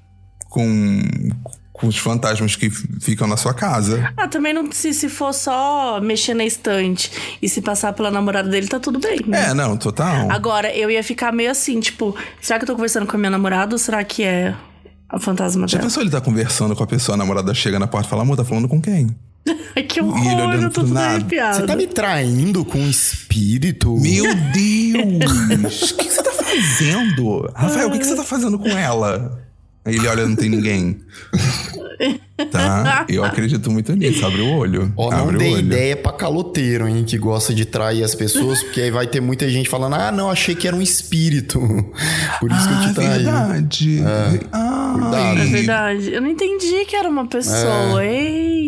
com os fantasmas que ficam na sua casa. Também não, se for só mexer na estante e se passar pela namorada dele, tá tudo bem, né? Não, total. Agora, eu ia ficar meio assim, tipo, será que eu tô conversando com a minha namorada ou será que é a fantasma Já dela? pensou ele tá conversando com a pessoa, a namorada chega na porta e fala, amor, tá falando com quem? Ai, que E ele horror, olhando eu tô pro tudo nada. arrepiada. Você tá me traindo com um espírito? Meu Deus! O que você tá fazendo? Rafael, o que você tá fazendo com ela? Aí ele olha, não tem ninguém. Tá? Eu acredito muito nisso. Abre o olho. Não Abre dê o olho. ideia pra caloteiro, hein? Que gosta de trair as pessoas, porque aí vai ter muita gente falando, não, achei que era um espírito. Por isso que eu te traí. Verdade. Cuidado. É verdade. Eu não entendi que era uma pessoa. Eita.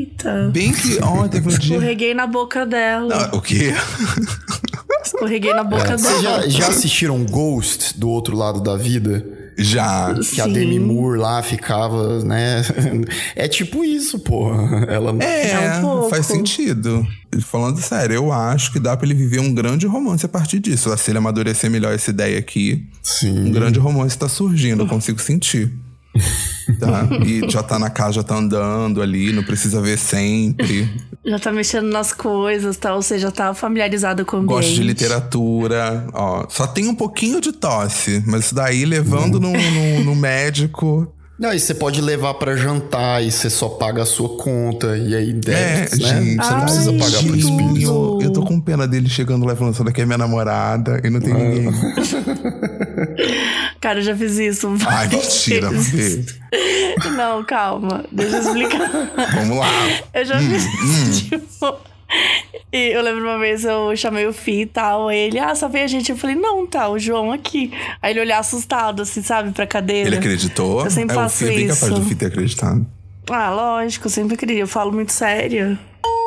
Eita. Bem que ontem foi um dia... Escorreguei na boca dela. Não, o quê? Escorreguei na boca dela. Vocês já assistiram Ghost, do outro lado da vida? Já. Que a Demi Moore lá ficava, né? É tipo isso, pô. Ela... um pouco. Faz sentido. Falando sério, eu acho que dá pra ele viver um grande romance a partir disso. Se ele amadurecer melhor essa ideia aqui, Sim. um grande romance tá surgindo, eu consigo sentir. Tá? E já tá na casa, já tá andando ali, não precisa ver sempre. Já tá mexendo nas coisas, tá? Ou seja, tá familiarizado com o ambiente. Gosto de literatura, ó. Só tem um pouquinho de tosse, mas isso daí levando no médico... Não, e você pode levar pra jantar e você só paga a sua conta. E aí débitos, né? Gente, Você não precisa pagar pro espírito. Eu tô com pena dele chegando lá e falando, essa daqui é minha namorada e não tem ninguém. Cara, eu já fiz isso. Ai, mentira, Fê. Não, calma. Deixa eu explicar. Vamos lá. Eu já fiz isso, tipo... E eu lembro uma vez, eu chamei o Fih e tal, aí ele, só veio a gente. Eu falei, não, tá, o João aqui. Aí ele olhou assustado, assim, sabe, pra cadeira. Ele acreditou? Eu sempre faço o Fih é bem isso. capaz do Fih ter acreditado. Lógico, eu sempre acredito. Eu falo muito sério.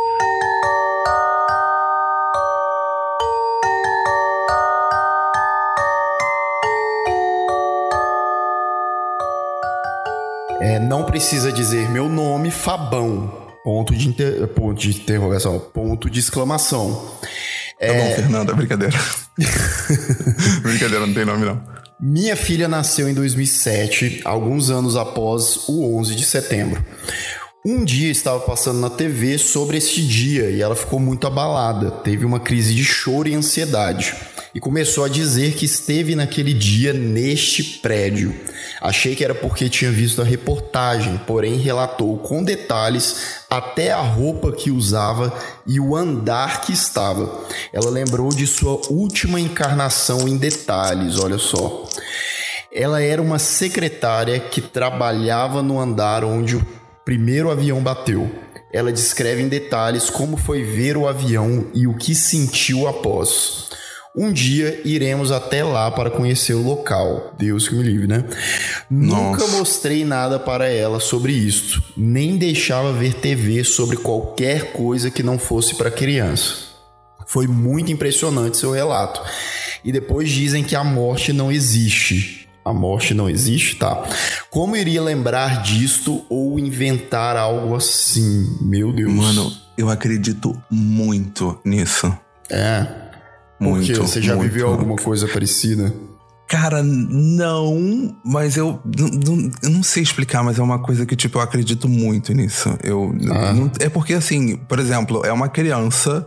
Não precisa dizer meu nome, Fabão. Ponto de interrogação. Ponto de exclamação. Tá bom, Fernanda, brincadeira. Brincadeira, não tem nome não. Minha filha nasceu em 2007, alguns anos após o 11 de setembro. Um dia estava passando na TV sobre este dia e ela ficou muito abalada. Teve uma crise de choro e ansiedade. E começou a dizer que esteve naquele dia neste prédio. Achei que era porque tinha visto a reportagem, porém relatou com detalhes até a roupa que usava e o andar que estava. Ela lembrou de sua última encarnação em detalhes, olha só. Ela era uma secretária que trabalhava no andar onde o primeiro avião bateu. Ela descreve em detalhes como foi ver o avião e o que sentiu após. Um dia iremos até lá para conhecer o local. Deus que me livre, né? Nunca mostrei nada para ela sobre isso. Nem deixava ver TV sobre qualquer coisa que não fosse para criança. Foi muito impressionante seu relato. E depois dizem que a morte não existe. A morte não existe? Tá. Como iria lembrar disto ou inventar algo assim? Meu Deus. Mano, eu acredito muito nisso. Muito, porque você já muito. viveu alguma coisa parecida? Cara, não, mas eu não sei explicar, mas é uma coisa que, tipo, eu acredito muito nisso. É porque, assim, por exemplo, é uma criança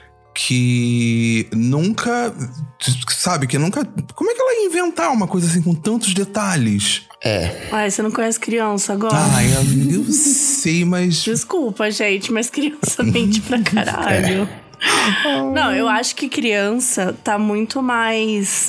que nunca, sabe, que nunca... Como é que ela ia inventar uma coisa assim com tantos detalhes? Você não conhece criança agora? Eu sei, mas... Desculpa, gente, mas criança mente pra caralho. Não, eu acho que criança tá muito mais...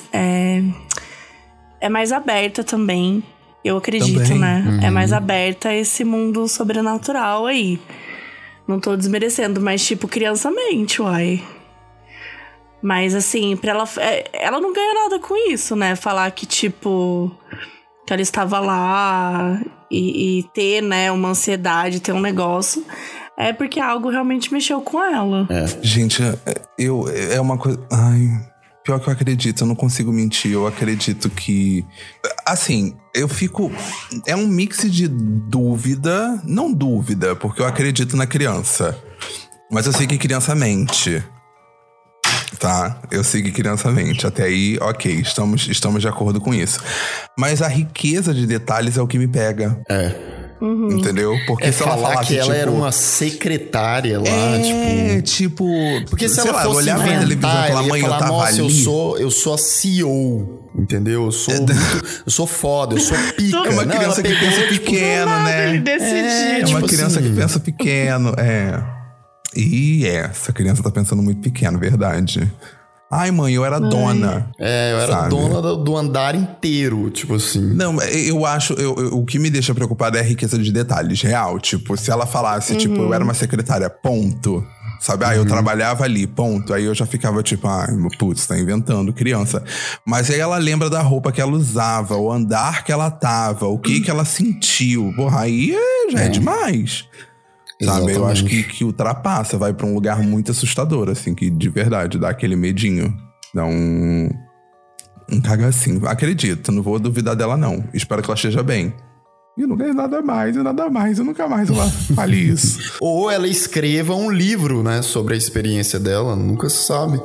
É mais aberta também. Eu acredito, também. né? É mais aberta a esse mundo sobrenatural aí. Não tô desmerecendo, mas tipo, criança mente, uai. Mas assim, pra ela não ganha nada com isso, né? Falar que tipo... que ela estava lá e ter, né, uma ansiedade, ter um negócio... É porque algo realmente mexeu com ela. Gente, é uma coisa... Ai, pior que eu acredito, eu não consigo mentir. Eu acredito que... Assim, eu fico... É um mix de dúvida... Não dúvida, porque eu acredito na criança. Mas eu sei que criança mente. Tá? Eu sei que criança mente. Até aí, ok, estamos de acordo com isso. Mas a riqueza de detalhes é o que me pega. Entendeu? Porque se ela falasse que ela tipo, era uma secretária lá, tipo... Porque se sei ela lá, fosse olhava na televisão e inventar, falar, ela mãe, ia falar, eu tava nossa, ali. eu sou a CEO, entendeu? Eu sou foda, eu sou pica. É uma criança que pensa pequeno, né? É uma criança que pensa pequeno, E essa criança tá pensando muito pequeno, verdade. Ai, mãe, eu era dona. Eu era dona do andar inteiro, tipo assim. Não, eu acho... o que me deixa preocupado é a riqueza de detalhes, real. Tipo, se ela falasse, tipo, eu era uma secretária, ponto. Sabe? Eu trabalhava ali, ponto. Aí eu já ficava tipo, putz, tá inventando, criança. Mas aí ela lembra da roupa que ela usava, o andar que ela tava, o que ela sentiu. Porra, aí já é demais. Sabe? Eu acho Exatamente. que ultrapassa, vai pra um lugar muito assustador, assim, que de verdade dá aquele medinho. Dá um cagacinho. Acredito, não vou duvidar dela, não. Espero que ela esteja bem. E eu não ganho nada mais, eu nunca mais ela fale isso. Ou ela escreva um livro, né, sobre a experiência dela, nunca se sabe.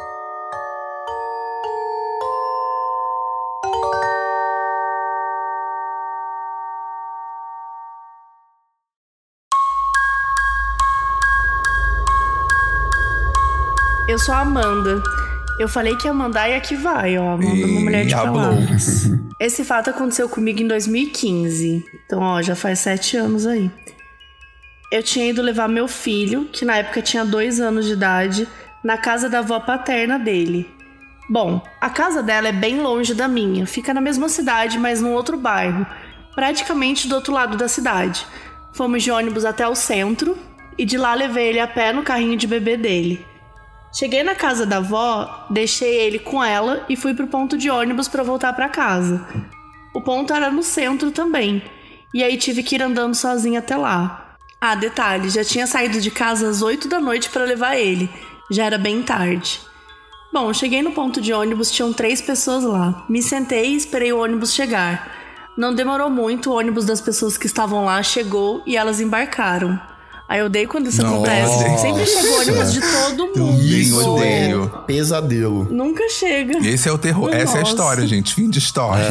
Eu sou a Amanda. Eu falei que ia mandar e aqui vai, ó. Amanda é uma mulher de palavras. Esse fato aconteceu comigo em 2015. Então, ó, já faz 7 anos aí. Eu tinha ido levar meu filho, que na época tinha 2 anos de idade, na casa da avó paterna dele. Bom, a casa dela é bem longe da minha. Fica na mesma cidade, mas num outro bairro. Praticamente do outro lado da cidade. Fomos de ônibus até o centro e de lá levei ele a pé no carrinho de bebê dele. Cheguei na casa da avó, deixei ele com ela e fui pro ponto de ônibus pra voltar pra casa. O ponto era no centro também, e aí tive que ir andando sozinha até lá. Ah, detalhe, já tinha saído de casa às 8 da noite pra levar ele, já era bem tarde. Bom, cheguei no ponto de ônibus, tinham 3 pessoas lá. Me sentei e esperei o ônibus chegar. Não demorou muito, o ônibus das pessoas que estavam lá chegou e elas embarcaram. Aí eu odeio quando isso acontece. Sempre chega ônibus de todo mundo. Isso, odeio. Pesadelo. Nunca chega. Esse é o terror. Essa é a história, gente. Fim de história.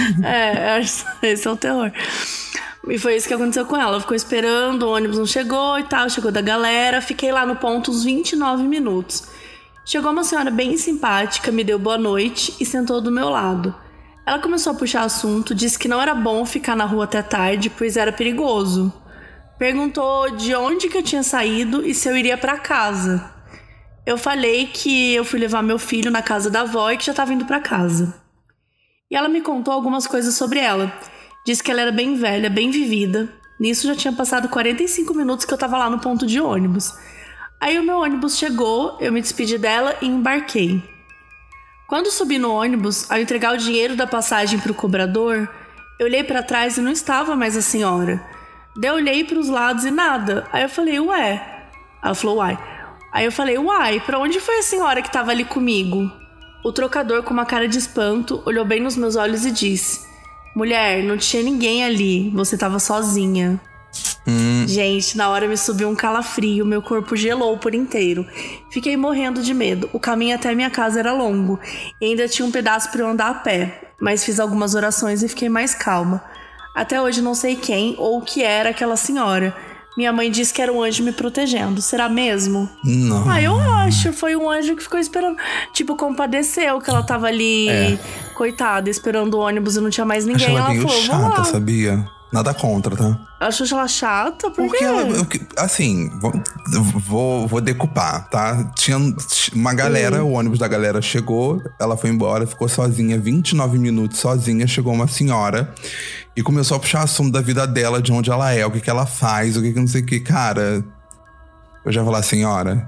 Esse é o terror. E foi isso que aconteceu com ela. Ela ficou esperando, o ônibus não chegou e tal. Chegou da galera. Fiquei lá no ponto uns 29 minutos. Chegou uma senhora bem simpática, me deu boa noite e sentou do meu lado. Ela começou a puxar assunto, disse que não era bom ficar na rua até tarde, pois era perigoso. Perguntou de onde que eu tinha saído e se eu iria pra casa. Eu falei que eu fui levar meu filho na casa da avó e que já tava indo pra casa. E ela me contou algumas coisas sobre ela. Disse que ela era bem velha, bem vivida. Nisso já tinha passado 45 minutos que eu tava lá no ponto de ônibus. Aí o meu ônibus chegou, eu me despedi dela e embarquei. Quando subi no ônibus, ao entregar o dinheiro da passagem pro cobrador, eu olhei pra trás e não estava mais a senhora. Daí eu olhei pros lados e nada. Aí eu falei, ué. Ela falou, uai. Aí eu falei, uai, pra onde foi a senhora que tava ali comigo? O trocador, com uma cara de espanto, olhou bem nos meus olhos e disse, mulher, não tinha ninguém ali, você tava sozinha. Gente, na hora me subiu um calafrio, meu corpo gelou por inteiro. Fiquei morrendo de medo. O caminho até minha casa era longo e ainda tinha um pedaço pra eu andar a pé. Mas fiz algumas orações e fiquei mais calma. Até hoje não sei quem ou o que era aquela senhora. Minha mãe disse que era um anjo me protegendo. Será mesmo? Não. Ah, eu acho. Foi um anjo que ficou esperando. Tipo, compadeceu que ela tava ali, coitada, esperando o ônibus e não tinha mais ninguém. Acho ela Ela meio falou, chata, vamos lá. sabia? Nada contra, tá? Achou ela chata? Por Porque quê? ela, assim, vou decupar, tá? Tinha uma galera, o ônibus da galera chegou, ela foi embora, ficou sozinha, 29 minutos sozinha, chegou uma senhora e começou a puxar assunto da vida dela, de onde ela é, o que ela faz, o que não sei o que. Cara, eu já vou falar, senhora.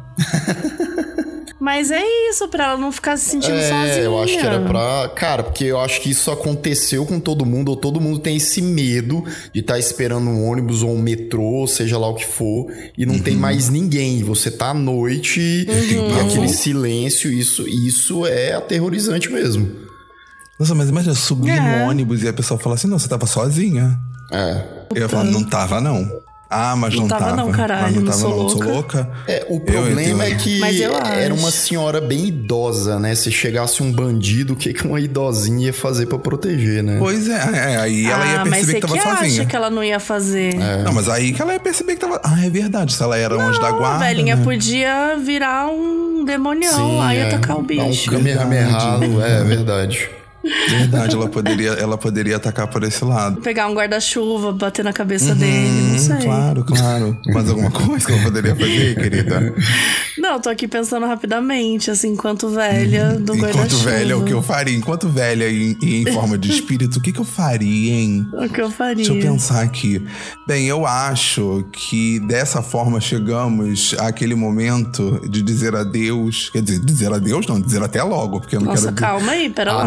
Mas é isso, pra ela não ficar se sentindo sozinha. Eu acho que era pra... Cara, porque eu acho que isso aconteceu com todo mundo, ou todo mundo tem esse medo de estar esperando um ônibus ou um metrô, seja lá o que for, e não tem mais ninguém. Você tá à noite e aquele silêncio, isso é aterrorizante mesmo. Nossa, mas imagina, subir no ônibus e a pessoa falar assim, não, você tava sozinha. Eu ia falar, não tava, não. Ah, mas não tava. Não, caralho, mas não não tava, sou não. louca. Sou louca. O problema é que era acho. uma senhora bem idosa, né? Se chegasse um bandido, o que uma idosinha ia fazer pra proteger, né? Pois aí ela ia perceber que tava sozinha. Mas você sozinha. acha que ela não ia fazer? Não, mas aí que ela ia perceber que tava... Ah, é verdade, se ela era anjo da guarda, A velhinha né? podia virar um demonião lá e atacar o bicho. Um Kamehameha, é verdade. Verdade, ela poderia atacar por esse lado. Pegar um guarda-chuva, bater na cabeça dele, não sei. Claro. Mas alguma coisa que ela poderia fazer, querida? Não, tô aqui pensando rapidamente, assim, enquanto velha do guarda-chuva. Enquanto velha, o que eu faria? Enquanto velha e em forma de espírito, o que eu faria, hein? O que eu faria? Deixa eu pensar aqui. Bem, eu acho que dessa forma chegamos àquele momento de dizer adeus. Quer dizer, dizer adeus não, dizer até logo, porque eu não Nossa, quero... calma aí, pera lá. Não quero dizer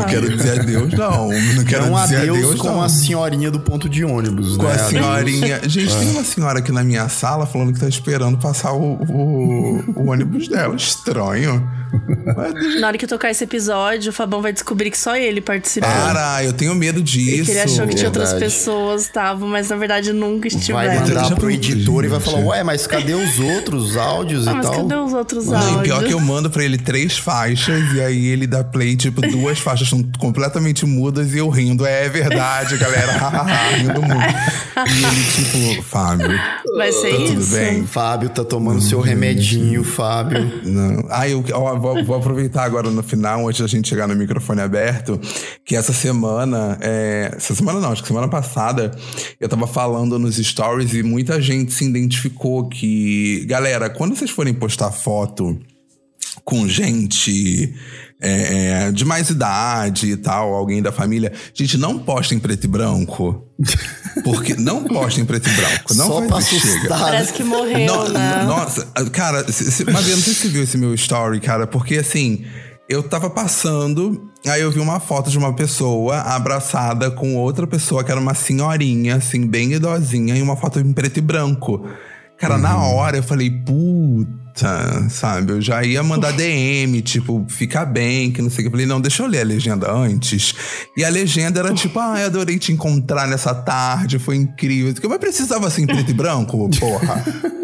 dizer adeus, não. Não quero Não dizer adeus adeus, com não. a senhorinha do ponto de ônibus, Com né? a senhorinha. Gente, tem uma senhora aqui na minha sala falando que tá esperando passar o ônibus dela. Estranho. Na hora que tocar esse episódio, o Fabão vai descobrir que só ele participou. Cara, eu tenho medo disso. Porque ele achou que tinha outras Verdade. pessoas que estavam, mas na verdade nunca Vai estiveram. mandar Já pro editor e vai gente. falar, ué, mas cadê os outros áudios e Mas tal? cadê os outros Não, áudios? e pior que eu mando pra ele 3 faixas e aí ele dá play, tipo, 2 faixas são completamente mudas e eu rindo. É verdade, galera. Rindo muito. E ele, tipo, Fábio. Vai ser tá tudo isso? bem? Fábio tá tomando seu remedinho, Fábio. Não. Vou aproveitar agora no final, antes da gente chegar no microfone aberto, que essa semana, acho que semana passada, eu tava falando nos stories e muita gente se identificou que, galera, quando vocês forem postar foto com gente de mais idade e tal, alguém da família, gente, não posta em preto e branco. Porque não posta em preto e branco. Não Só faz pra isso, chega. assustar. Parece que morreu, né? Nossa, cara, Mabê, não sei se você viu esse meu story, cara, porque assim, eu tava passando, aí eu vi uma foto de uma pessoa abraçada com outra pessoa que era uma senhorinha, assim, bem idosinha, e uma foto em preto e branco. Cara, na hora eu falei, puta, sabe? Eu já ia mandar DM, tipo, fica bem, que não sei o que. Eu falei, não, deixa eu ler a legenda antes. E a legenda era tipo, adorei te encontrar nessa tarde, foi incrível. Mas precisava assim, preto e branco, porra.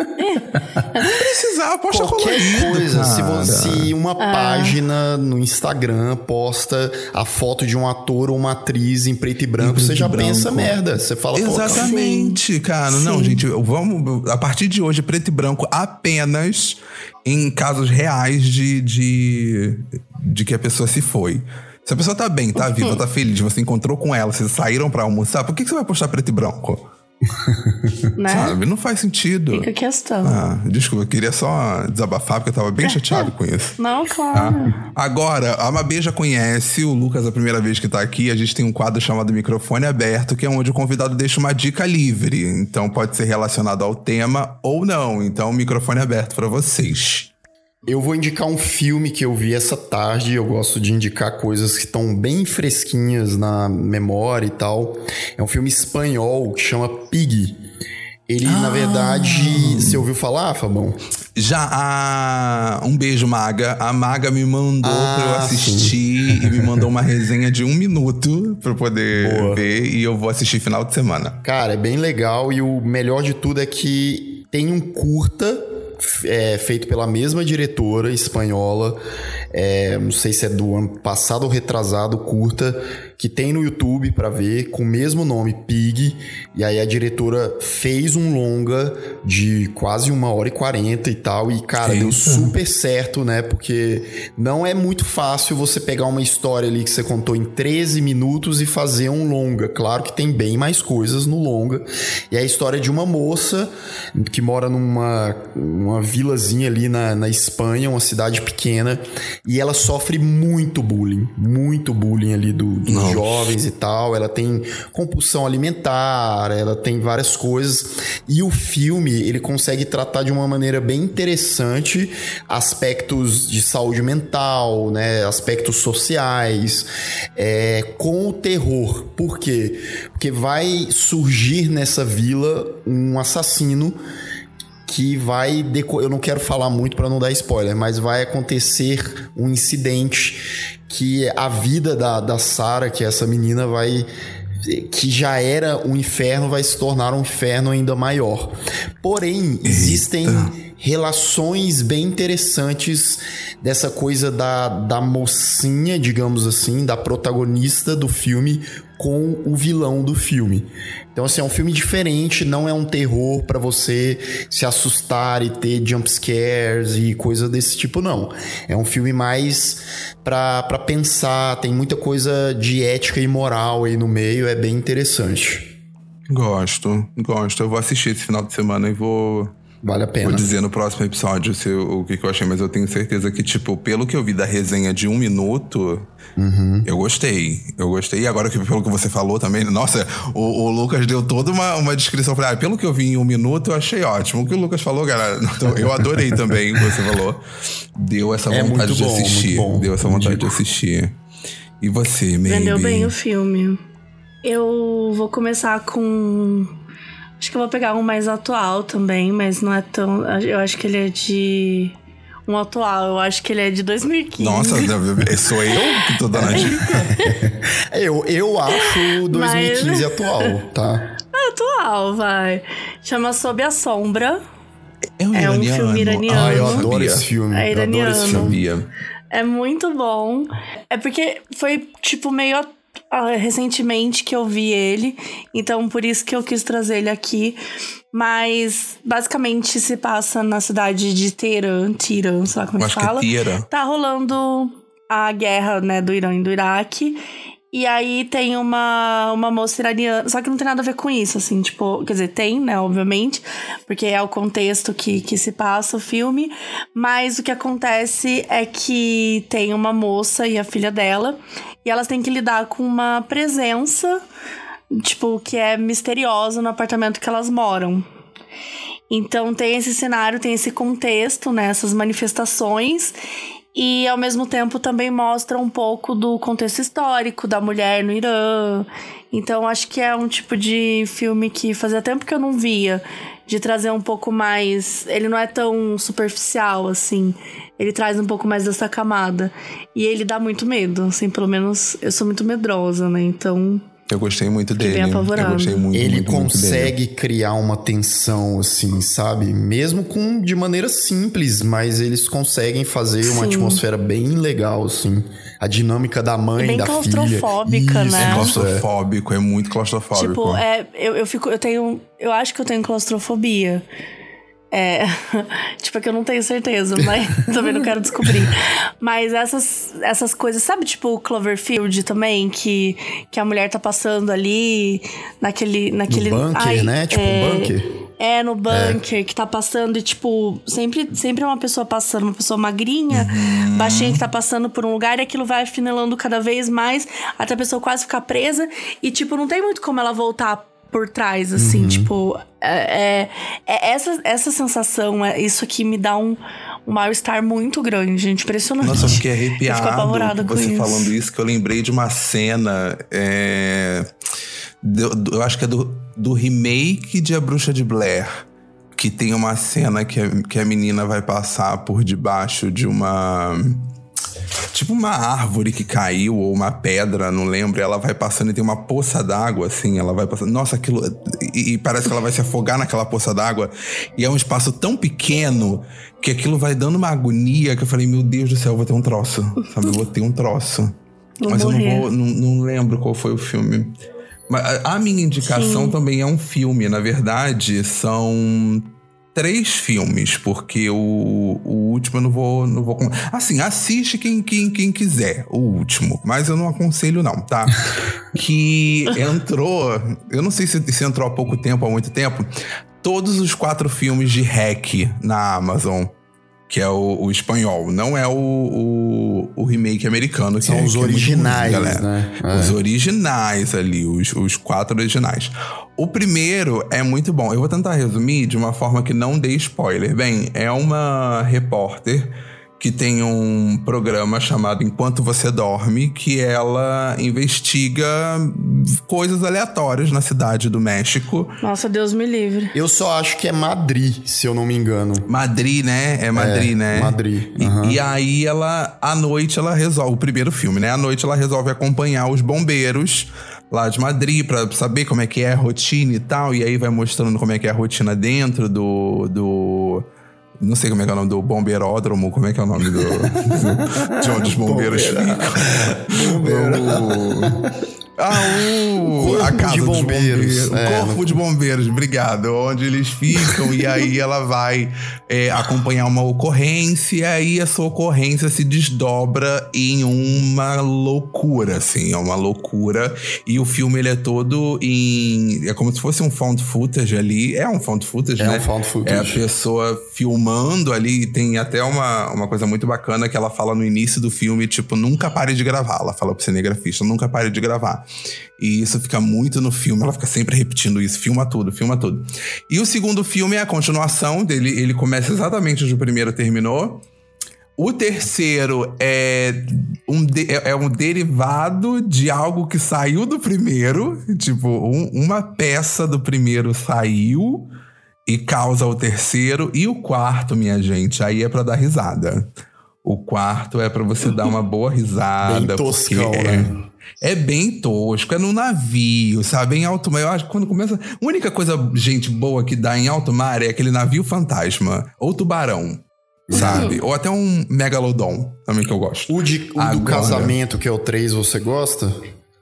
Não precisava, posta Qualquer colorido, coisa, cara. se uma página no Instagram posta a foto de um ator ou uma atriz em preto e branco, preto você e já branco. pensa merda. Você fala, pô, Exatamente, cara. Sim. Não, gente, vamos, a partir de hoje, preto e branco apenas em casos reais de que a pessoa se foi. Se a pessoa tá bem, tá viva, tá feliz, você encontrou com ela, vocês saíram pra almoçar, por que você vai postar preto e branco? Né? Sabe? Não faz sentido. Fica a questão. Desculpa, eu queria só desabafar, porque eu tava bem chateado com isso. Não, claro. Agora, a Mabê já conhece o Lucas a primeira vez que tá aqui. A gente tem um quadro chamado Microfone Aberto, que é onde o convidado deixa uma dica livre. Então pode ser relacionado ao tema ou não. Então, microfone aberto pra vocês. Eu vou indicar um filme que eu vi essa tarde. Eu gosto de indicar coisas que estão bem fresquinhas na memória e tal. É um filme espanhol que chama Pig. Ele, na verdade, você ouviu falar, Fabão? Já um beijo, Maga. A Maga me mandou pra eu assistir e me mandou uma resenha de 1 minuto pra eu poder ver. E eu vou assistir final de semana. Cara, é bem legal e o melhor de tudo é que tem um curta feito pela mesma diretora espanhola, não sei se é do ano passado ou retrasado, curta, que tem no YouTube pra ver, com o mesmo nome, Pig, e aí a diretora fez um longa de quase 1h40 e tal, e cara, deu super certo, né, porque não é muito fácil você pegar uma história ali que você contou em 13 minutos e fazer um longa. Claro que tem bem mais coisas no longa, e é a história de uma moça que mora numa vilazinha ali na Espanha, uma cidade pequena, e ela sofre muito bullying ali dos jovens e tal. Ela tem compulsão alimentar, ela tem várias coisas, e o filme ele consegue tratar de uma maneira bem interessante aspectos de saúde mental, né, aspectos sociais, com o terror. Por quê? Porque vai surgir nessa vila um assassino que vai... Eu não quero falar muito para não dar spoiler, mas vai acontecer um incidente que a vida da Sarah, que é essa menina, que já era um inferno, vai se tornar um inferno ainda maior. Porém, existem relações bem interessantes dessa coisa da mocinha, digamos assim, da protagonista do filme com o vilão do filme. Então, assim, é um filme diferente, não é um terror pra você se assustar e ter jump scares e coisa desse tipo, não. É um filme mais pra pensar, tem muita coisa de ética e moral aí no meio, é bem interessante. Gosto. Eu vou assistir esse final de semana e vou Vale a pena. Vou dizer no próximo episódio o que eu achei, mas eu tenho certeza que, tipo, pelo que eu vi da resenha de 1 minuto, eu gostei. E agora, pelo que você falou também, nossa, o Lucas deu toda uma descrição. Falei, pelo que eu vi em 1 minuto, eu achei ótimo. O que o Lucas falou, galera, eu adorei também o que você falou. Deu essa vontade de assistir. Deu essa vontade de assistir. E você, Maybe? Vendeu bem o filme. Eu vou começar com... Acho que eu vou pegar um mais atual também, mas não é tão... Eu acho que ele é de... Um atual, eu acho que ele é de 2015. Nossa, sou eu que tô dando a dica? Eu acho 2015 atual, tá? Atual, vai. Chama Sob a Sombra. É um filme iraniano. Ah, eu adoro esse filme. É iraniano. Eu adoro esse filme. É muito bom. É porque foi, tipo, meio recentemente que eu vi ele. Então, por isso que eu quis trazer ele aqui. Mas, basicamente, se passa na cidade de Teherã, sei lá como é que fala. Tá rolando a guerra, né, do Irã e do Iraque. E aí tem uma moça iraniana, só que não tem nada a ver com isso, assim, tipo... Quer dizer, tem, né, obviamente, porque é o contexto que se passa o filme. Mas o que acontece é que tem uma moça e a filha dela, e elas têm que lidar com uma presença, tipo, que é misteriosa no apartamento que elas moram. Então tem esse cenário, tem esse contexto, né, essas manifestações... E, ao mesmo tempo, também mostra um pouco do contexto histórico da mulher no Irã. Então, acho que é um tipo de filme que fazia tempo que eu não via. De trazer um pouco mais... Ele não é tão superficial, assim. Ele traz um pouco mais dessa camada. E ele dá muito medo, assim. Pelo menos, eu sou muito medrosa, né? Então... Eu gostei muito dele. Bem apavorado. Eu gostei muito, Ele muito, consegue muito dele. criar uma tensão, assim, sabe? Mesmo de maneira simples, mas eles conseguem fazer uma atmosfera bem legal, assim. A dinâmica da mãe, bem da filha. claustrofóbica, né? É claustrofóbico, é muito claustrofóbico. Tipo, eu acho que eu tenho claustrofobia. Tipo, é que eu não tenho certeza, mas também não quero descobrir. Mas essas coisas, sabe, tipo o Cloverfield também, que a mulher tá passando ali, naquele No bunker, né? Tipo um bunker. No bunker, que tá passando e, tipo, sempre é uma pessoa passando, uma pessoa magrinha, baixinha, que tá passando por um lugar e aquilo vai afinelando cada vez mais, até a pessoa quase ficar presa e, tipo, não tem muito como ela voltar por trás, assim, tipo... Essa sensação, isso aqui me dá um mal-estar muito grande, gente, impressionante. Nossa, eu fiquei arrepiado. Eu fico apavorada com você isso. falando isso, que eu lembrei de uma cena... eu acho que é do remake de A Bruxa de Blair. Que tem uma cena que a menina vai passar por debaixo de uma... Tipo uma árvore que caiu, ou uma pedra, não lembro. E ela vai passando e tem uma poça d'água, assim. Ela vai passando... Nossa, aquilo... E parece que ela vai se afogar naquela poça d'água. E é um espaço tão pequeno que aquilo vai dando uma agonia que eu falei, meu Deus do céu, eu vou ter um troço. Sabe, eu vou ter um troço. Mas morrer. eu não lembro qual foi o filme. Mas a minha indicação também é um filme. Na verdade, são 3 filmes, porque o último eu não vou... Assim, assiste quem quiser, o último. Mas eu não aconselho não, tá? Que entrou... Eu não sei se entrou há pouco tempo, há muito tempo. Todos os 4 filmes de REC na Amazon, que é o espanhol. Não é o remake americano. Que são os originais, ruim, né? Os originais ali, os 4 originais. O primeiro é muito bom. Eu vou tentar resumir de uma forma que não dê spoiler. Bem, é uma repórter que tem um programa chamado Enquanto Você Dorme, que ela investiga coisas aleatórias na cidade do México. Nossa, Deus me livre. Eu só acho que é Madrid, se eu não me engano. Madrid, né? É Madrid, né? Madrid. E aí à noite ela resolve, o primeiro filme, né? À noite ela resolve acompanhar os bombeiros lá de Madrid pra saber como é que é a rotina e tal. E aí vai mostrando como é que é a rotina dentro do não sei como é que é o nome do bombeiródromo, como é que é o nome de onde os bombeiros ficam. A casa de bombeiros. O corpo de bombeiros, obrigado. Onde eles ficam. E aí ela vai acompanhar uma ocorrência. E aí essa ocorrência se desdobra em uma loucura, assim. É uma loucura. E o filme, ele é todo em... É como se fosse um found footage ali. É um found footage, né? É um found footage. É a pessoa filmando ali. Tem até uma coisa muito bacana que ela fala no início do filme, tipo, nunca pare de gravar. Ela fala pro cinegrafista, nunca pare de gravar. E isso fica muito no filme, ela fica sempre repetindo isso, filma tudo. E o segundo filme é a continuação dele, ele começa exatamente onde o primeiro terminou. O terceiro é um derivado de algo que saiu do primeiro. Tipo, uma peça do primeiro saiu e causa o terceiro. E o quarto, minha gente, aí é pra dar risada. O quarto é pra você dar uma boa risada. Bem toscão, né? É bem tosco, é no navio, sabe? Em alto mar, eu acho que quando começa... A única coisa, gente, boa que dá em alto mar é aquele navio fantasma. Ou tubarão, sabe? Ou até um megalodon, também que eu gosto. O do casamento, que é o 3, você gosta?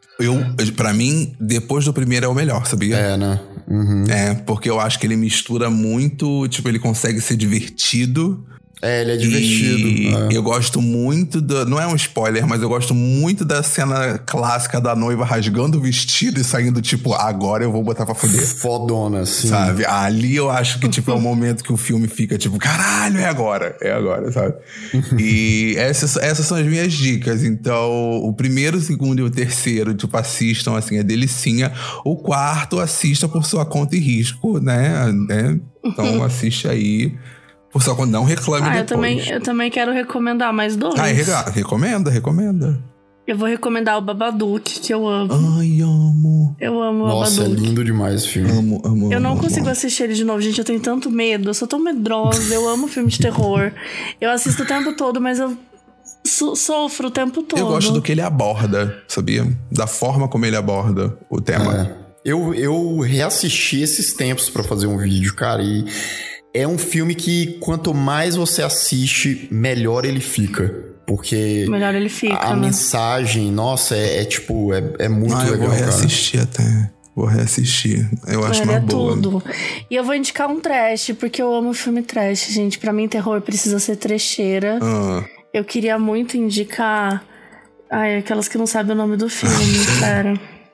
Pra mim, depois do primeiro é o melhor, sabia? É, né? Uhum. É, porque eu acho que ele mistura muito... Tipo, ele consegue ser divertido... É, ele é divertido. Eu gosto muito não é um spoiler, mas eu gosto muito da cena clássica da noiva rasgando o vestido e saindo, tipo, agora eu vou botar pra fuder. Fodona, assim. Sabe? Ali eu acho que, tipo, é o momento que o filme fica, tipo, caralho, é agora, sabe? E essas são as minhas dicas. Então, o primeiro, o segundo e o terceiro, tipo, assistam, assim, é delicinha. O quarto, assista por sua conta e risco, né? Então, assiste aí. Por só quando não reclame depois. Eu também quero recomendar mais 2. Recomenda. Eu vou recomendar o Babadook, que eu amo. Ai, amo. Eu amo o Babadook. Nossa, é lindo demais o filme. Amo. Eu não consigo assistir ele de novo, gente. Eu tenho tanto medo. Eu sou tão medrosa. Eu amo filme de terror. Eu assisto o tempo todo, mas eu sofro o tempo todo. Eu gosto do que ele aborda, sabia? Da forma como ele aborda o tema. Eu reassisti esses tempos pra fazer um vídeo, cara, e... É um filme que quanto mais você assiste, melhor ele fica. Porque melhor ele fica, a mensagem, nossa, é muito legal, eu vou reassistir até. Vou reassistir. Eu acho uma boa. Tudo. E eu vou indicar um trash, porque eu amo filme trash, gente. Pra mim, terror precisa ser trecheira. Eu queria muito indicar... Ai, aquelas que não sabem o nome do filme, pera.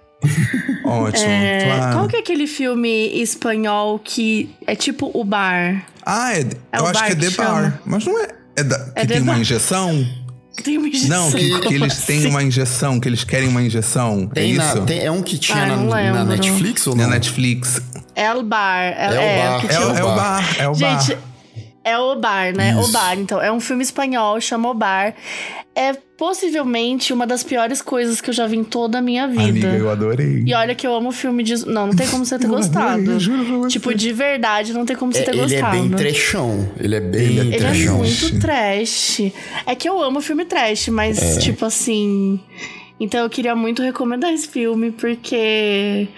Ótimo, claro. Qual que é aquele filme espanhol que é tipo O Bar? Eu acho que é The Bar. Mas não é... que tem uma injeção? Tem uma injeção. Não, que eles têm uma injeção, que eles querem uma injeção. É isso? É um que tinha na Netflix ou não? Na Netflix. É o Bar. É o bar. Gente, é O Bar, né? Isso. O Bar. Então, é um filme espanhol, chama O Bar. É possivelmente uma das piores coisas que eu já vi em toda a minha vida. Amiga, eu adorei. E olha que eu amo filme de... Não tem como você ter gostado. Adorei, juro pra você. Tipo, de verdade, não tem como você ter gostado. Ele é bem trashão. Ele é muito trash. É que eu amo filme trash, mas tipo assim... Então eu queria muito recomendar esse filme, porque...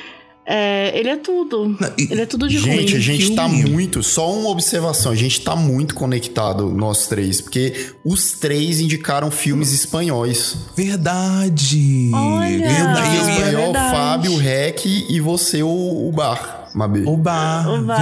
ele é tudo. Ele é tudo de ruim. Gente, a gente tá muito... Só uma observação. A gente tá muito conectado, nós três. Porque os três indicaram filmes espanhóis. Verdade. Olha, Verdade. Espanhol, verdade. Fábio, o Rec e você, o Bar. Mabê. O bar.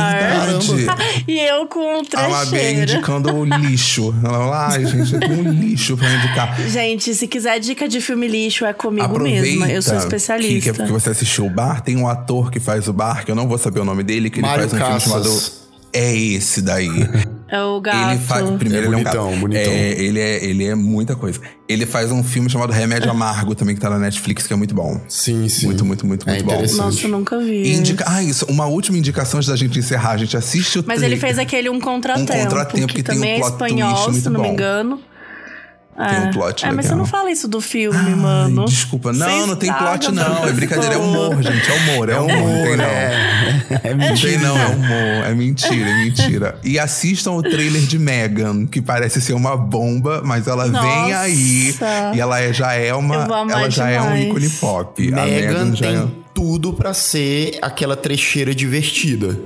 Verdade. E eu com o trecheira. A Mabê indicando o lixo. Ela fala, ai, gente, eu tenho um lixo pra indicar. Gente, se quiser dica de filme lixo, é comigo Aproveita mesma. Eu sou especialista. Que você assistiu o Bar, tem um ator que faz o Bar, que eu não vou saber o nome dele, que Mário ele faz um Casas. filme chamado... É esse daí. É o gato. Primeiro, ele é um gato. bonitão. Ele é muita coisa. Ele faz um filme chamado Remédio Amargo também, que tá na Netflix, que é muito bom. Sim. Muito bom. Nossa, eu nunca vi. Isso, uma última indicação antes da gente encerrar. A gente assiste o Mas ele fez aquele Um Contratempo. Que tem também um plot espanhol, twist muito se não me bom. engano. Tem um plot legal. Mas você não fala isso do filme, mano. Desculpa. Não tem plot, não. pessoa. É brincadeira, é humor, gente. É humor, não tem não. É Não tem não, é humor. É mentira. E assistam o trailer de Megan, que parece ser uma bomba, mas ela vem aí. E ela já é um ícone pop. Megan tem tudo pra ser aquela trecheira divertida.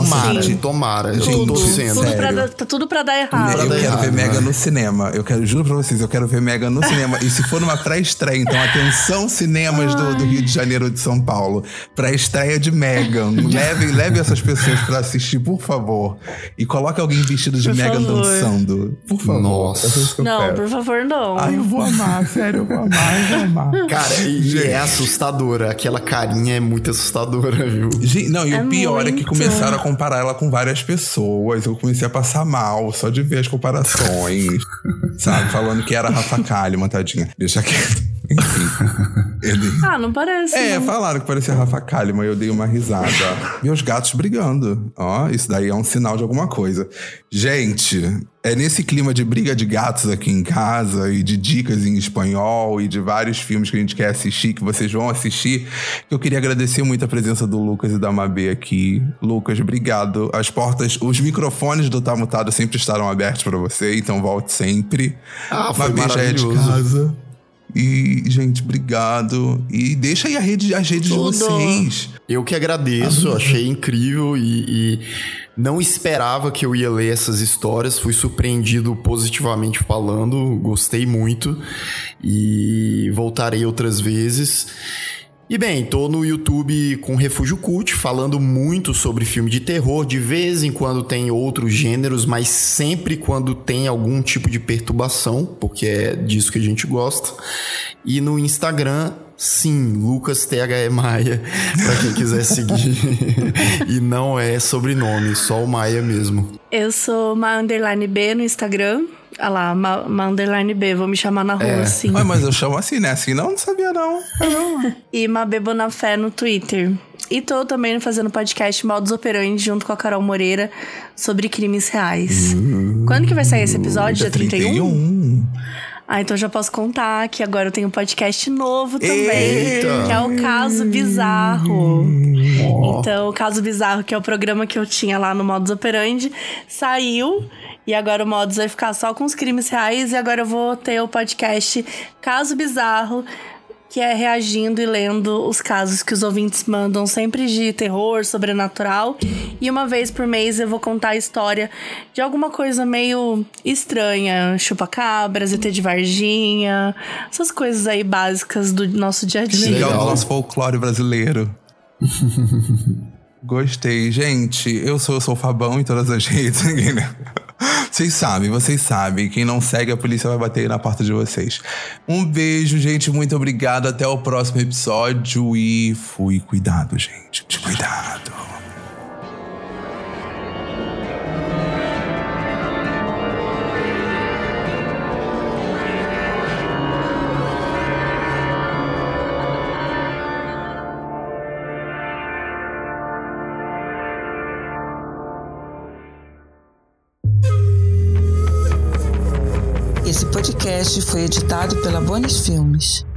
Tomara. Eu tô torcendo. Tá tudo pra dar errado. Eu quero ver Megan no cinema. Juro pra vocês, eu quero ver Megan no cinema. E se for numa pré-estreia, então atenção cinemas do Rio de Janeiro ou de São Paulo. Pré-estreia de Megan. Leve essas pessoas pra assistir, por favor. E coloque alguém vestido de Megan dançando. Por favor. Nossa. Não, por favor, não. Ai, eu vou amar, sério, eu vou amar. Cara, e é assustadora. Aquela carinha é muito assustadora, viu? Não, e o pior é que começaram a comparar ela com várias pessoas. Eu comecei a passar mal só de ver as comparações. Sabe? Falando que era Rafa Kalimann, tadinha. Deixa quieto. Enfim. Ah, não parece. Não. Falaram que parecia Rafa Kalimann, eu dei uma risada. Meus gatos brigando. Ó, isso daí é um sinal de alguma coisa. Gente, é nesse clima de briga de gatos aqui em casa e de dicas em espanhol e de vários filmes que a gente quer assistir, que vocês vão assistir, que eu queria agradecer muito a presença do Lucas e da Mabê aqui. Lucas, obrigado. As portas, os microfones do Tá Mutado sempre estarão abertos pra você, então volte sempre. Foi Mabê já é de casa. E, gente, obrigado. E deixa aí as redes de vocês. Eu que agradeço, achei incrível e não esperava que eu ia ler essas histórias. Fui surpreendido positivamente falando, gostei muito e voltarei outras vezes. E bem, tô no YouTube com Refúgio Cult, falando muito sobre filme de terror. De vez em quando tem outros gêneros, mas sempre quando tem algum tipo de perturbação, porque é disso que a gente gosta. E no Instagram, sim, Lucas THE Maia, pra quem quiser seguir. E não é sobrenome, só o Maia mesmo. Eu sou Ma_B no Instagram. Ah lá, Ma_B, vou me chamar na rua, assim. Mas eu chamo assim, né? Assim não sabia, não. E Mabê Bonafé no Twitter. E tô também fazendo podcast Modus Operandi junto com a Carol Moreira sobre crimes reais. Quando que vai sair esse episódio? Dia 31? Então já posso contar que agora eu tenho um podcast novo também. Eita. Que é o Caso Bizarro. Então, o Caso Bizarro, que é o programa que eu tinha lá no Modus Operandi, saiu. E agora o Modus vai ficar só com os crimes reais. E agora eu vou ter o podcast Caso Bizarro, que é reagindo e lendo os casos que os ouvintes mandam, sempre de terror, sobrenatural. E uma vez por mês eu vou contar a história de alguma coisa meio estranha. Chupa-cabras, ET de Varginha, essas coisas aí básicas do nosso dia a dia. Legal, do nosso folclore brasileiro. Gostei. Gente, eu sou o Fabão em todas as redes. Vocês sabem. Quem não segue, a polícia vai bater na porta de vocês. Um beijo, gente. Muito obrigado. Até o próximo episódio. E fui. Cuidado, gente. Cuidado. Esse podcast foi editado pela Bonis Filmes.